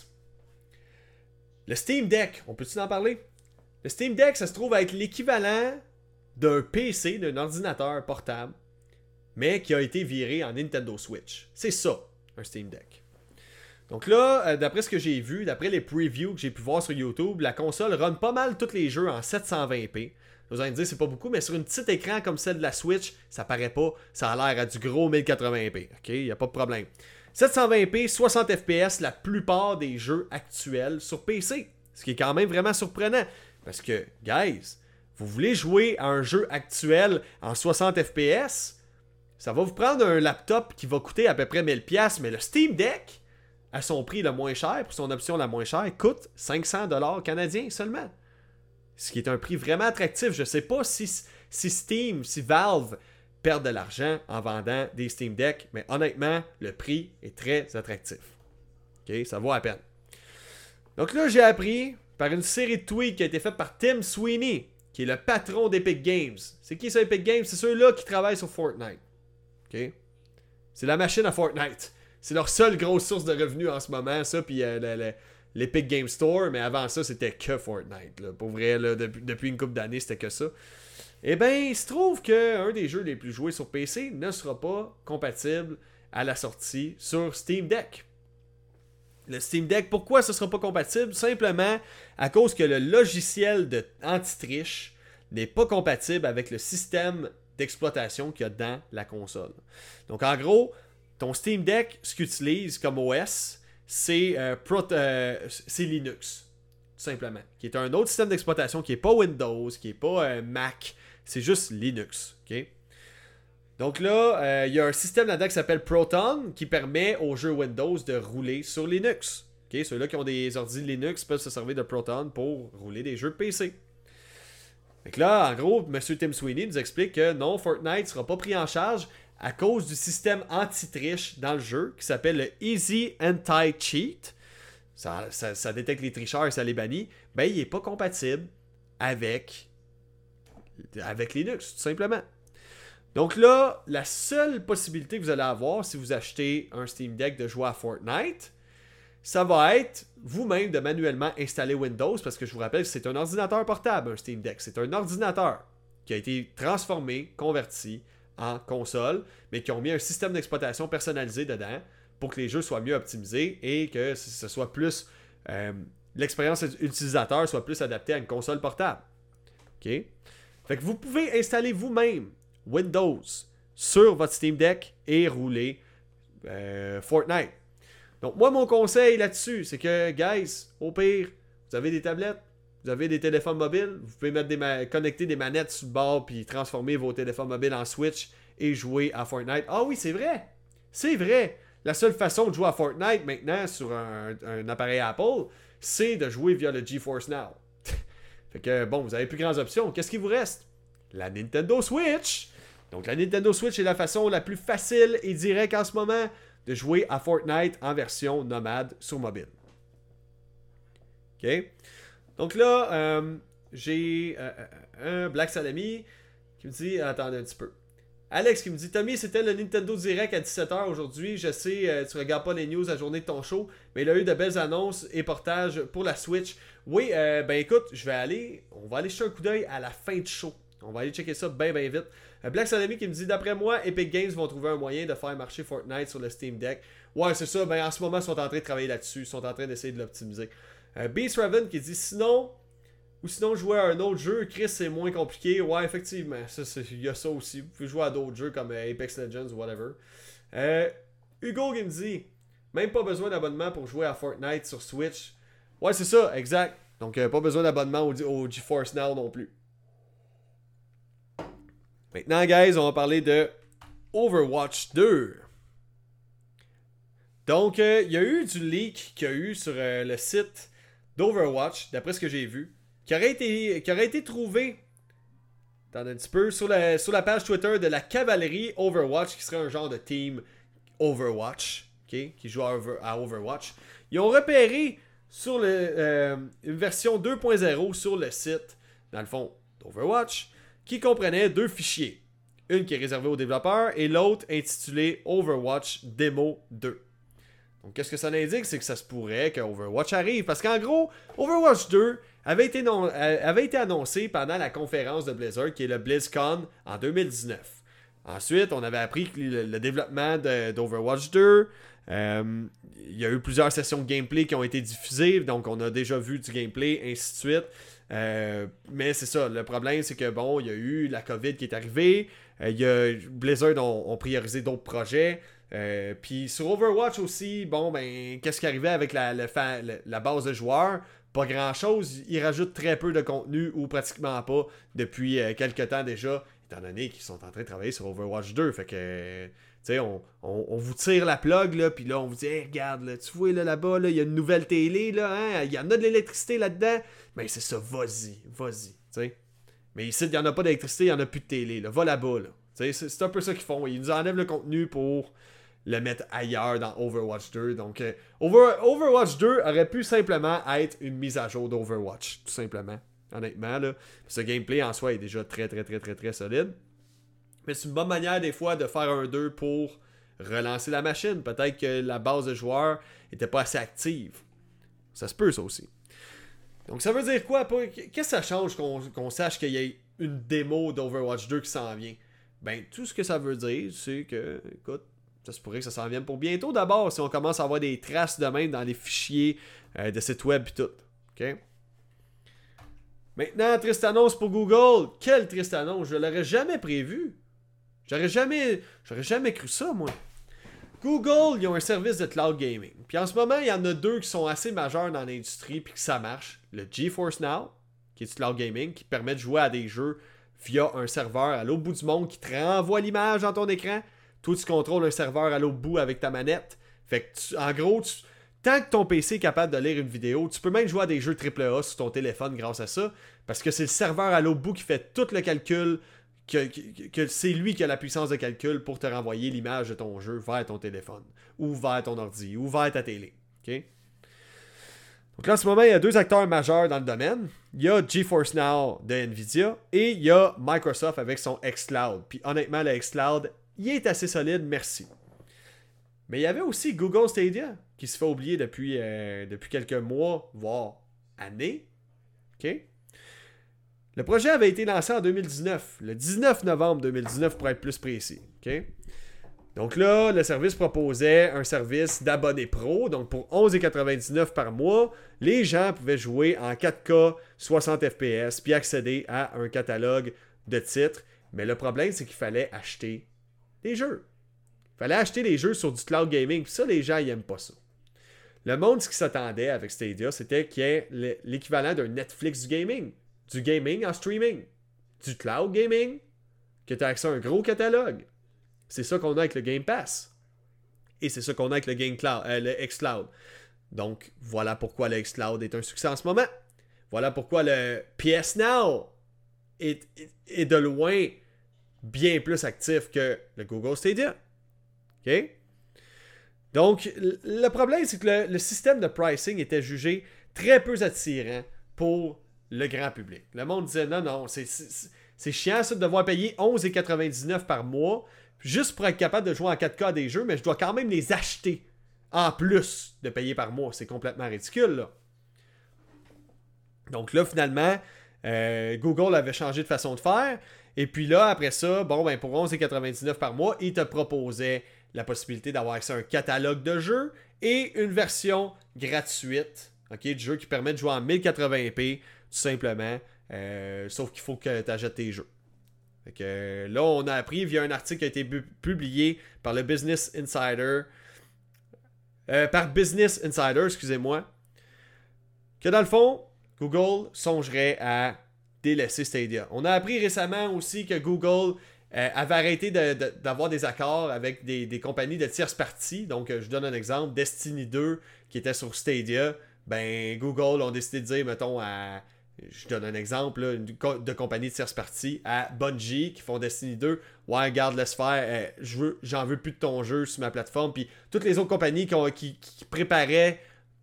le Steam Deck, on peut-tu en parler? Le Steam Deck, ça se trouve à être l'équivalent d'un PC, d'un ordinateur portable, mais qui a été viré en Nintendo Switch. C'est ça, un Steam Deck. Donc là, d'après ce que j'ai vu, d'après les previews que j'ai pu voir sur YouTube, la console run pas mal tous les jeux en 720p. Vous allez me dire, c'est pas beaucoup, mais sur une petite écran comme celle de la Switch, ça paraît pas. Ça a l'air à du gros 1080p. OK? Y a pas de problème. 720p, 60 fps, la plupart des jeux actuels sur PC. Ce qui est quand même vraiment surprenant. Parce que, guys, vous voulez jouer à un jeu actuel en 60 fps, ça va vous prendre un laptop qui va coûter à peu près 1000$, mais le Steam Deck, à son prix le moins cher, pour son option la moins chère, coûte 500$ canadiens seulement. Ce qui est un prix vraiment attractif. Je sais pas si Steam, si Valve perdent de l'argent en vendant des Steam Deck, mais honnêtement, le prix est très attractif. OK, ça vaut la peine. Donc là, j'ai appris par une série de tweets qui a été faite par Tim Sweeney, qui est le patron d'Epic Games. C'est qui ça, Epic Games? C'est ceux-là qui travaillent sur Fortnite. OK? C'est la machine à Fortnite. C'est leur seule grosse source de revenus en ce moment, ça, puis l'Epic Game Store, mais avant ça, c'était que Fortnite. Là. Pour vrai, là, depuis une couple d'années, c'était que ça. Eh bien, il se trouve qu'un des jeux les plus joués sur PC ne sera pas compatible à la sortie sur Steam Deck. Le Steam Deck, pourquoi ce ne sera pas compatible? Simplement à cause que le logiciel de anti-triche n'est pas compatible avec le système d'exploitation qu'il y a dans la console. Donc en gros, ton Steam Deck, ce qu'il utilise comme OS, c'est Linux, tout simplement. Qui est un autre système d'exploitation qui n'est pas Windows, qui n'est pas Mac, c'est juste Linux. Okay? Donc là, il y a un système là-dedans qui s'appelle Proton qui permet aux jeux Windows de rouler sur Linux. Okay? Ceux-là qui ont des ordi Linux peuvent se servir de Proton pour rouler des jeux PC. Donc là, en gros, M. Tim Sweeney nous explique que non, Fortnite ne sera pas pris en charge à cause du système anti-triche dans le jeu qui s'appelle le Easy Anti-Cheat. Ça détecte les tricheurs et ça les bannit. Ben, il n'est pas compatible avec Linux, tout simplement. Donc là, la seule possibilité que vous allez avoir si vous achetez un Steam Deck de jouer à Fortnite, ça va être vous-même de manuellement installer Windows, parce que je vous rappelle que c'est un ordinateur portable, un Steam Deck. C'est un ordinateur qui a été transformé, converti en console, mais qui ont mis un système d'exploitation personnalisé dedans pour que les jeux soient mieux optimisés et que ce soit plus... l'expérience utilisateur soit plus adaptée à une console portable. OK? Fait que vous pouvez installer vous-même Windows sur votre Steam Deck et rouler Fortnite. Donc moi, mon conseil là-dessus, c'est que, guys, au pire, vous avez des tablettes, vous avez des téléphones mobiles, vous pouvez connecter des manettes sur le bord puis transformer vos téléphones mobiles en Switch et jouer à Fortnite. Ah oui, c'est vrai! C'est vrai! La seule façon de jouer à Fortnite maintenant sur un appareil Apple, c'est de jouer via le GeForce Now. Fait que, bon, vous avez plus grandes options. Qu'est-ce qui vous reste? La Nintendo Switch! Donc la Nintendo Switch est la façon la plus facile et directe en ce moment de jouer à Fortnite en version nomade sur mobile. OK? Donc là, j'ai un Black Salami qui me dit... Attendez un petit peu. Alex qui me dit, Tommy, c'était le Nintendo Direct à 17h aujourd'hui. Je sais, tu regardes pas les news la journée de ton show, mais il a eu de belles annonces et portages pour la Switch. Oui, ben écoute, on va aller jeter un coup d'œil à la fin de show. On va aller checker ça bien vite. Black Salami qui me dit, d'après moi, Epic Games vont trouver un moyen de faire marcher Fortnite sur le Steam Deck. Ouais, c'est ça, ben en ce moment, ils sont en train de travailler là-dessus. Ils sont en train d'essayer de l'optimiser. Beast Raven qui dit, sinon jouer à un autre jeu, Chris, c'est moins compliqué. Ouais, effectivement, il y a ça aussi. Vous pouvez jouer à d'autres jeux comme Apex Legends ou whatever. Hugo qui me dit, même pas besoin d'abonnement pour jouer à Fortnite sur Switch. Ouais, c'est ça, exact. Donc, pas besoin d'abonnement au GeForce Now non plus. Maintenant, guys, on va parler de Overwatch 2. Donc, il y a eu du leak qu'il y a eu sur le site d'Overwatch, d'après ce que j'ai vu, qui aurait été trouvé, attendez un petit peu, sur la page Twitter de la cavalerie Overwatch, qui serait un genre de team Overwatch, okay, qui joue à Overwatch. Ils ont repéré sur une version 2.0 sur le site, dans le fond, d'Overwatch, qui comprenait 2 fichiers. Une qui est réservée aux développeurs et l'autre intitulée Overwatch Demo 2. Donc, qu'est-ce que ça indique? C'est que ça se pourrait que Overwatch arrive. Parce qu'en gros, Overwatch 2 avait été annoncé pendant la conférence de Blizzard, qui est le BlizzCon, en 2019. Ensuite, on avait appris que le développement d'Overwatch 2, il y a eu plusieurs sessions de gameplay qui ont été diffusées, donc on a déjà vu du gameplay, ainsi de suite. Mais c'est ça, le problème c'est que bon, il y a eu la COVID qui est arrivée, Blizzard ont priorisé d'autres projets. Puis sur Overwatch aussi, bon ben, qu'est-ce qui arrivait avec la base de joueurs? Pas grand chose, ils rajoutent très peu de contenu ou pratiquement pas depuis quelques temps déjà, étant donné qu'ils sont en train de travailler sur Overwatch 2. Fait que, tu sais, on vous tire la plug, là, puis là, on vous dit, hey, regarde, là, tu vois, là-bas, il y a une nouvelle télé, là, hein, il y en a de l'électricité là-dedans. Ben, c'est ça, vas-y, tu sais. Mais ici, il n'y en a pas d'électricité, il n'y en a plus de télé, là, va là-bas, là. Tu sais, c'est un peu ça qu'ils font. Ils nous enlèvent le contenu pour le mettre ailleurs dans Overwatch 2. Donc, Overwatch 2 aurait pu simplement être une mise à jour d'Overwatch, tout simplement. Honnêtement, là. Ce gameplay en soi est déjà très, très, très, très, très solide. Mais c'est une bonne manière, des fois, de faire un 2 pour relancer la machine. Peut-être que la base de joueurs n'était pas assez active. Ça se peut, ça aussi. Donc, ça veut dire quoi? Qu'est-ce que ça change qu'on sache qu'il y ait une démo d'Overwatch 2 qui s'en vient? Ben, tout ce que ça veut dire, c'est que, écoute, ça se pourrait que ça s'en vienne pour bientôt d'abord, si on commence à avoir des traces de même dans les fichiers de sites web et tout. OK? Maintenant, triste annonce pour Google. Quelle triste annonce. Je l'aurais jamais prévu. J'aurais jamais cru ça, moi. Google, ils ont un service de cloud gaming. Puis en ce moment, il y en a 2 qui sont assez majeurs dans l'industrie puis que ça marche. Le GeForce Now, qui est du cloud gaming, qui permet de jouer à des jeux via un serveur à l'autre bout du monde qui te renvoie l'image dans ton écran. Toi, tu contrôles un serveur à l'autre bout avec ta manette. Fait que, en gros, tant que ton PC est capable de lire une vidéo, tu peux même jouer à des jeux AAA sur ton téléphone grâce à ça. Parce que c'est le serveur à l'autre bout qui fait tout le calcul, que c'est lui qui a la puissance de calcul pour te renvoyer l'image de ton jeu vers ton téléphone, ou vers ton ordi, ou vers ta télé. OK? Donc là, en ce moment, il y a 2 acteurs majeurs dans le domaine. Il y a GeForce Now de Nvidia et il y a Microsoft avec son xCloud. Puis honnêtement, le xCloud, il est assez solide, merci. Mais il y avait aussi Google Stadia, qui se fait oublier depuis quelques mois, voire années. OK? Le projet avait été lancé en 2019, le 19 novembre 2019 pour être plus précis. OK? Donc là, le service proposait un service d'abonné pro. Donc pour 11,99$ par mois, les gens pouvaient jouer en 4K 60 FPS puis accéder à un catalogue de titres. Mais le problème, c'est qu'il fallait acheter des jeux. Il fallait acheter des jeux sur du cloud gaming. Puis ça, les gens, ils n'aiment pas ça. Le monde, ce qui s'attendait avec Stadia, c'était qu'il y ait l'équivalent d'un Netflix du gaming. Du gaming en streaming. Du cloud gaming. Que tu as accès à un gros catalogue. C'est ça qu'on a avec le Game Pass. Et c'est ça qu'on a avec le xCloud. Donc, voilà pourquoi le xCloud est un succès en ce moment. Voilà pourquoi le PS Now est de loin bien plus actif que le Google Stadia. OK? Donc, le problème, c'est que le système de pricing était jugé très peu attirant pour le grand public. Le monde disait, non, c'est chiant ça de devoir payer 11,99$ par mois juste pour être capable de jouer en 4K à des jeux, mais je dois quand même les acheter en plus de payer par mois. C'est complètement ridicule, là. Donc là, finalement, Google avait changé de façon de faire. Et puis là, après ça, bon, ben pour 11,99$ par mois, ils te proposaient la possibilité d'avoir accès à un catalogue de jeux et une version gratuite, okay, de jeu qui permet de jouer en 1080p, tout simplement. Sauf qu'il faut que tu achètes tes jeux. Fait que, là, on a appris via un article qui a été publié par le Business Insider. Excusez-moi. Que dans le fond, Google songerait à délaisser Stadia. On a appris récemment aussi que Google avait arrêté d'avoir des accords avec des compagnies de tierces parties. Donc, je donne un exemple. Destiny 2, qui était sur Stadia, ben Google ont décidé de dire, mettons, je donne un exemple, là, de compagnie de tierces parties, à Bungie, qui font Destiny 2, ouais, regarde, laisse faire, j'en veux plus de ton jeu sur ma plateforme. Puis toutes les autres compagnies qui préparaient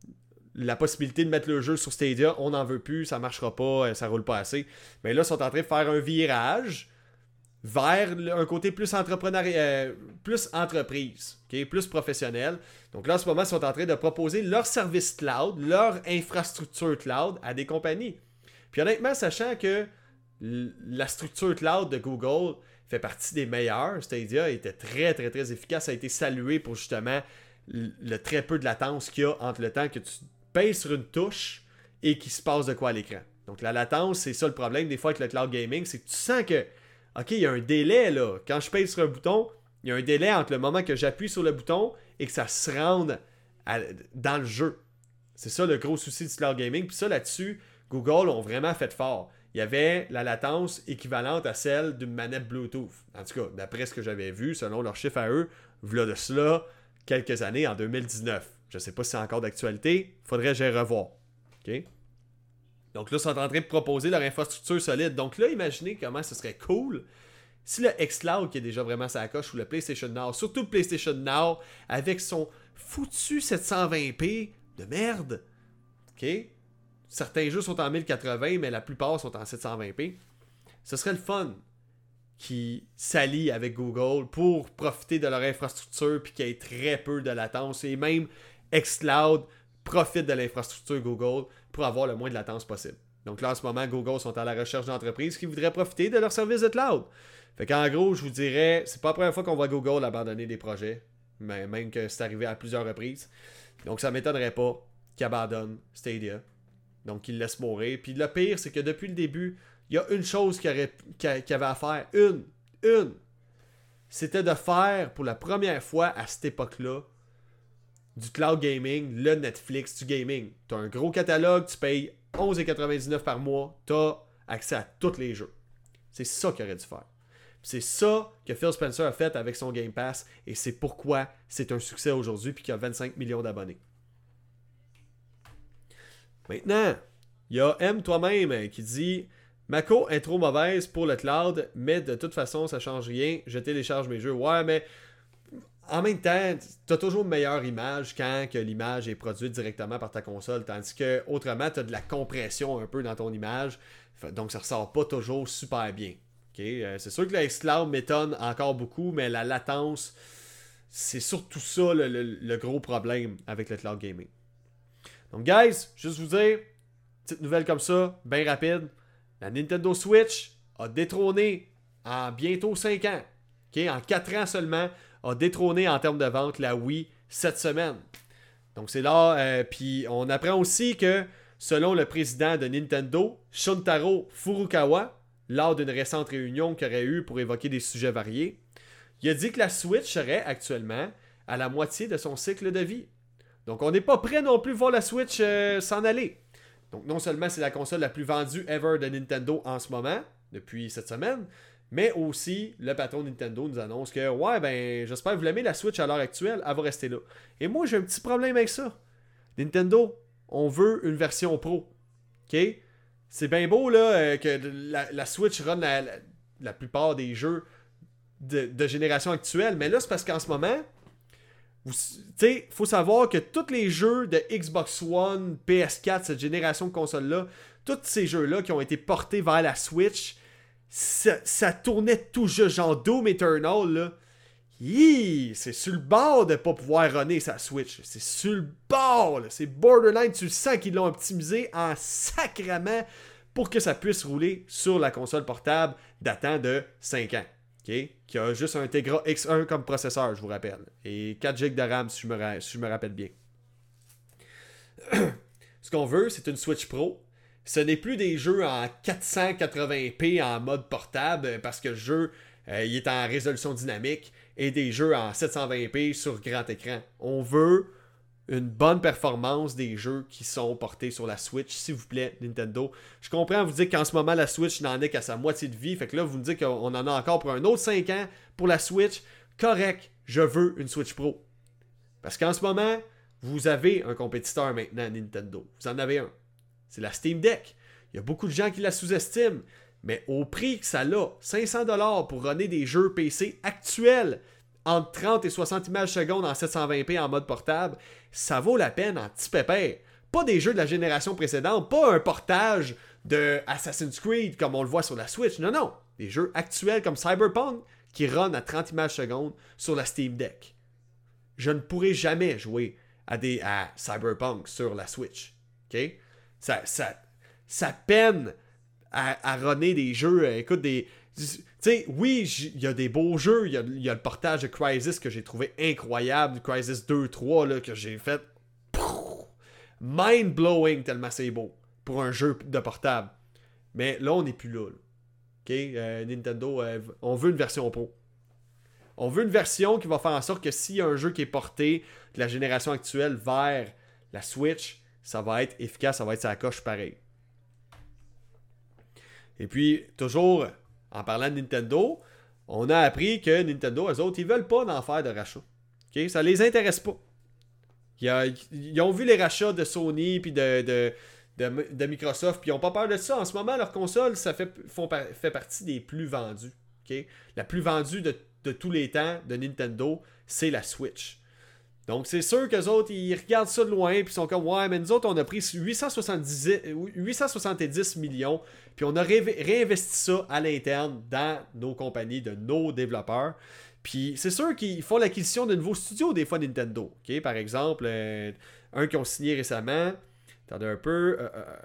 la possibilité de mettre le jeu sur Stadia, on n'en veut plus, ça marchera pas, ça roule pas assez. Mais là, ils sont en train de faire un virage vers un côté plus entrepreneurial, plus entreprise, okay? Plus professionnel. Donc là, en ce moment, ils sont en train de proposer leur service cloud, leur infrastructure cloud à des compagnies. Puis honnêtement, sachant que la structure cloud de Google fait partie des meilleures, Stadia était très, très, très efficace, ça a été salué pour justement le très peu de latence qu'il y a entre le temps que tu pèses sur une touche et qu'il se passe de quoi à l'écran. Donc la latence, c'est ça le problème des fois avec le cloud gaming, c'est que tu sens que OK, il y a un délai là. Quand je pèse sur un bouton, il y a un délai entre le moment que j'appuie sur le bouton et que ça se rende dans le jeu. C'est ça le gros souci du cloud gaming. Puis ça, là-dessus, Google ont vraiment fait fort. Il y avait la latence équivalente à celle d'une manette Bluetooth. En tout cas, d'après ce que j'avais vu, selon leurs chiffres à eux, v'là de cela quelques années, en 2019. Je ne sais pas si c'est encore d'actualité. Faudrait que j'aille revoir. OK? Donc là, ils sont en train de proposer leur infrastructure solide. Donc là, imaginez comment ce serait cool si le xCloud, qui est déjà vraiment sa coche, ou le PlayStation Now, surtout le PlayStation Now, avec son foutu 720p de merde, OK? Certains jeux sont en 1080, mais la plupart sont en 720p. Ce serait le fun qui s'allie avec Google pour profiter de leur infrastructure puis qu'il y ait très peu de latence. Et même xCloud profite de l'infrastructure Google pour avoir le moins de latence possible. Donc là, en ce moment, Google sont à la recherche d'entreprises qui voudraient profiter de leur service de cloud. Fait qu'en gros, je vous dirais, c'est pas la première fois qu'on voit Google abandonner des projets, mais même que c'est arrivé à plusieurs reprises. Donc ça m'étonnerait pas qu'ils abandonnent Stadia. Donc qu'ils le laissent mourir. Puis le pire, c'est que depuis le début, il y a une chose qu'il y avait à faire. Une. C'était de faire, pour la première fois à cette époque-là, du cloud gaming, le Netflix du gaming. Tu as un gros catalogue, tu payes 11,99$ par mois, tu as accès à tous les jeux. C'est ça qu'il aurait dû faire. C'est ça que Phil Spencer a fait avec son Game Pass et c'est pourquoi c'est un succès aujourd'hui et qu'il y a 25 millions d'abonnés. Maintenant, il y a M toi-même qui dit « Mako est trop mauvaise pour le cloud, mais de toute façon, ça change rien. Je télécharge mes jeux. » Ouais, mais en même temps, tu as toujours une meilleure image quand que l'image est produite directement par ta console, tandis que autrement, tu as de la compression un peu dans ton image, donc ça ressort pas toujours super bien. Okay? C'est sûr que le xCloud m'étonne encore beaucoup, mais la latence, c'est surtout ça le gros problème avec le cloud gaming. Donc guys, juste vous dire, petite nouvelle comme ça, bien rapide, la Nintendo Switch a détrôné en bientôt 5 ans, okay? En 4 ans seulement, a détrôné en termes de vente la Wii cette semaine. Donc c'est là, puis on apprend aussi que selon le président de Nintendo, Shuntaro Furukawa, lors d'une récente réunion qu'il aurait eue pour évoquer des sujets variés, il a dit que la Switch serait actuellement à la moitié de son cycle de vie. Donc on n'est pas prêt non plus de voir la Switch s'en aller. Donc non seulement c'est la console la plus vendue ever de Nintendo en ce moment, depuis cette semaine, mais aussi, le patron de Nintendo nous annonce que, ouais, ben, j'espère que vous l'aimez, la Switch à l'heure actuelle, elle va rester là. Et moi, j'ai un petit problème avec ça. Nintendo, on veut une version pro. OK? C'est bien beau, là, que la Switch run la plupart des jeux de génération actuelle, mais là, c'est parce qu'en ce moment, tu sais, il faut savoir que tous les jeux de Xbox One, PS4, cette génération de consoles-là, tous ces jeux-là qui ont été portés vers la Switch, ça tournait tout juste, genre Doom Eternal, là. C'est sur le bord de pas pouvoir runner sa Switch. C'est sur le bord, là. C'est borderline. Tu sens qu'ils l'ont optimisé en sacrament pour que ça puisse rouler sur la console portable datant de 5 ans. Okay? Qui a juste un Tegra X1 comme processeur, je vous rappelle. Et 4 GB de RAM, si je me rappelle bien. Ce qu'on veut, c'est une Switch Pro. Ce n'est plus des jeux en 480p en mode portable parce que le jeu il est en résolution dynamique et des jeux en 720p sur grand écran. On veut une bonne performance des jeux qui sont portés sur la Switch, s'il vous plaît, Nintendo. Je comprends, vous dites qu'en ce moment, la Switch n'en est qu'à sa moitié de vie. Fait que là, vous me dites qu'on en a encore pour un autre 5 ans pour la Switch. Correct, je veux une Switch Pro. Parce qu'en ce moment, vous avez un compétiteur maintenant, Nintendo. Vous en avez un. C'est la Steam Deck. Il y a beaucoup de gens qui la sous-estiment. Mais au prix que ça a, 500$ pour runner des jeux PC actuels entre 30 et 60 images secondes en 720p en mode portable, ça vaut la peine en petit pépère. Pas des jeux de la génération précédente, pas un portage de Assassin's Creed comme on le voit sur la Switch. Non, non. Des jeux actuels comme Cyberpunk qui run à 30 images secondes sur la Steam Deck. Je ne pourrai jamais jouer à Cyberpunk sur la Switch. OK? Ça peine à runner des jeux. Écoute, tu sais, oui, il y a des beaux jeux. Il y a le portage de Crysis que j'ai trouvé incroyable. Crysis 2-3 là, que j'ai fait mind-blowing tellement c'est beau pour un jeu de portable. Mais là, on n'est plus là. OK? Nintendo, on veut une version pro. On veut une version qui va faire en sorte que s'il y a un jeu qui est porté de la génération actuelle vers la Switch, ça va être efficace, ça va être sa coche pareil. Et puis, toujours en parlant de Nintendo, on a appris que Nintendo, eux autres, ils veulent pas d'en faire de rachat. Okay? Ça les intéresse pas. Ils ont vu les rachats de Sony puis de Microsoft, puis ils n'ont pas peur de ça. En ce moment, leur console, ça fait partie des plus vendues. Okay? La plus vendue de tous les temps de Nintendo, c'est la Switch. Donc, c'est sûr qu'eux autres, ils regardent ça de loin, puis ils sont comme, ouais, mais nous autres, on a pris 870 millions, puis on a réinvesti ça à l'interne dans nos compagnies, de nos développeurs. Puis, c'est sûr qu'ils font l'acquisition de nouveaux studios, des fois, Nintendo. Okay? Par exemple, un qui ont signé récemment, attendez un peu,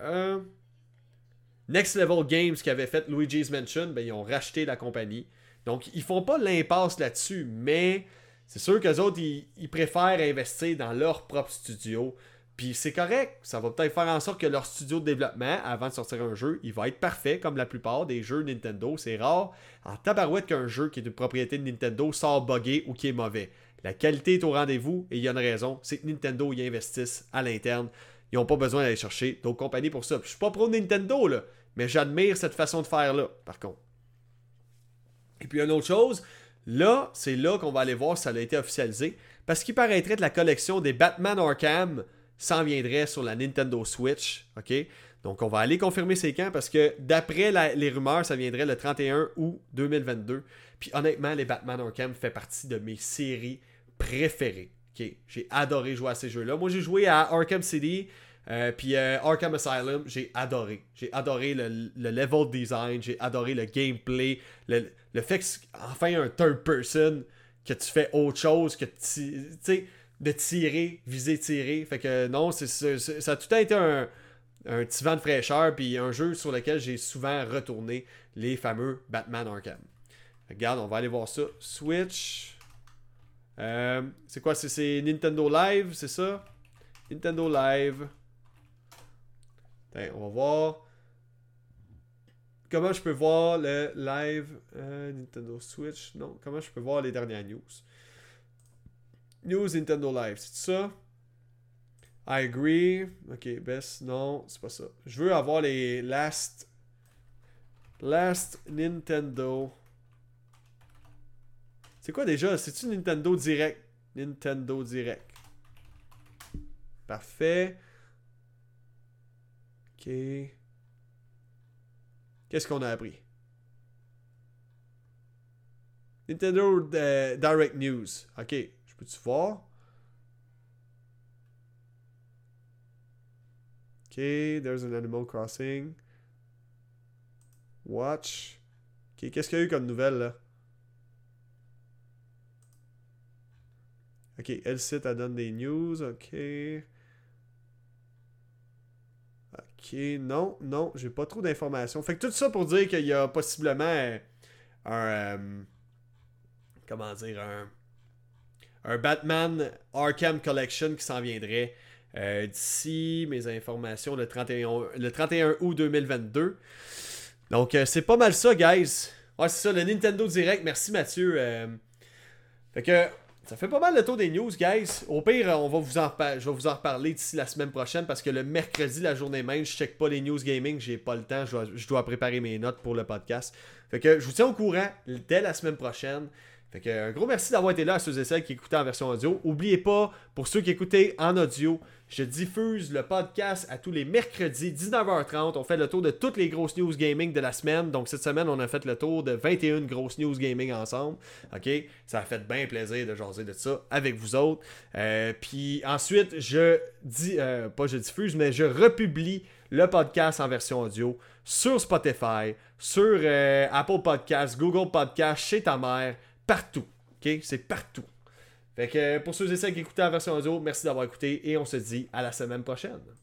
Next Level Games, qui avait fait Luigi's Mansion, ben, ils ont racheté la compagnie. Donc, ils font pas l'impasse là-dessus, mais c'est sûr qu'eux autres, ils préfèrent investir dans leur propre studio. Puis c'est correct, ça va peut-être faire en sorte que leur studio de développement, avant de sortir un jeu, il va être parfait, comme la plupart des jeux Nintendo. C'est rare en tabarouette qu'un jeu qui est une propriété de Nintendo sort buggé ou qui est mauvais. La qualité est au rendez-vous, et il y a une raison, c'est que Nintendo y investissent à l'interne. Ils n'ont pas besoin d'aller chercher d'autres compagnies pour ça. Puis je suis pas pro Nintendo, là, mais j'admire cette façon de faire-là, par contre. Et puis une autre chose, là, c'est là qu'on va aller voir si ça a été officialisé. Parce qu'il paraîtrait que la collection des Batman Arkham s'en viendrait sur la Nintendo Switch. OK? Donc, on va aller confirmer ces camps parce que d'après les rumeurs, ça viendrait le 31 août 2022. Puis honnêtement, les Batman Arkham fait partie de mes séries préférées. OK? J'ai adoré jouer à ces jeux-là. Moi, j'ai joué à Arkham City. Puis Arkham Asylum, j'ai adoré. J'ai adoré le level design, j'ai adoré le gameplay, le fait que enfin un third person, que tu fais autre chose que de tirer, viser, tirer. Fait que non, ça a tout été un petit vent de fraîcheur, puis un jeu sur lequel j'ai souvent retourné les fameux Batman Arkham. Regarde, on va aller voir ça. Switch. C'est quoi? C'est Nintendo Live, c'est ça? Nintendo Live. On va voir comment je peux voir le live Nintendo Switch. Non, comment je peux voir les dernières news. News Nintendo Live, c'est ça? I agree. Ok, best. Non, c'est pas ça. Je veux avoir les last Nintendo. C'est quoi déjà? C'est-tu Nintendo Direct? Nintendo Direct. Parfait. Ok. Qu'est-ce qu'on a appris? Nintendo Direct News. Ok. Je peux-tu voir? Ok. There's an Animal Crossing. Watch. Ok. Qu'est-ce qu'il y a eu comme nouvelle là? Ok. Elle site, elle donne des news. Ok. Ok, non, j'ai pas trop d'informations. Fait que tout ça pour dire qu'il y a possiblement comment dire, un Batman Arkham Collection qui s'en viendrait d'ici mes informations le 31 août 2022. Donc c'est pas mal ça, guys. Ouais, c'est ça, le Nintendo Direct. Merci Mathieu. Fait que Ça fait pas mal le tour des news, guys. Au pire, je vais vous en reparler d'ici la semaine prochaine parce que le mercredi, la journée même, je check pas les news gaming, j'ai pas le temps, je dois préparer mes notes pour le podcast. Fait que je vous tiens au courant dès la semaine prochaine. Fait que un gros merci d'avoir été là à ceux et celles qui écoutaient en version audio. Oubliez pas, pour ceux qui écoutaient en audio, je diffuse le podcast à tous les mercredis, 19h30. On fait le tour de toutes les grosses news gaming de la semaine. Donc cette semaine, on a fait le tour de 21 grosses news gaming ensemble. OK? Ça a fait bien plaisir de jaser de ça avec vous autres. Puis ensuite, je diffuse, mais je republie le podcast en version audio sur Spotify, sur Apple Podcasts, Google Podcasts, chez ta mère, partout. OK? C'est partout. Fait que pour ceux et celles qui écoutaient la version audio, merci d'avoir écouté et on se dit à la semaine prochaine.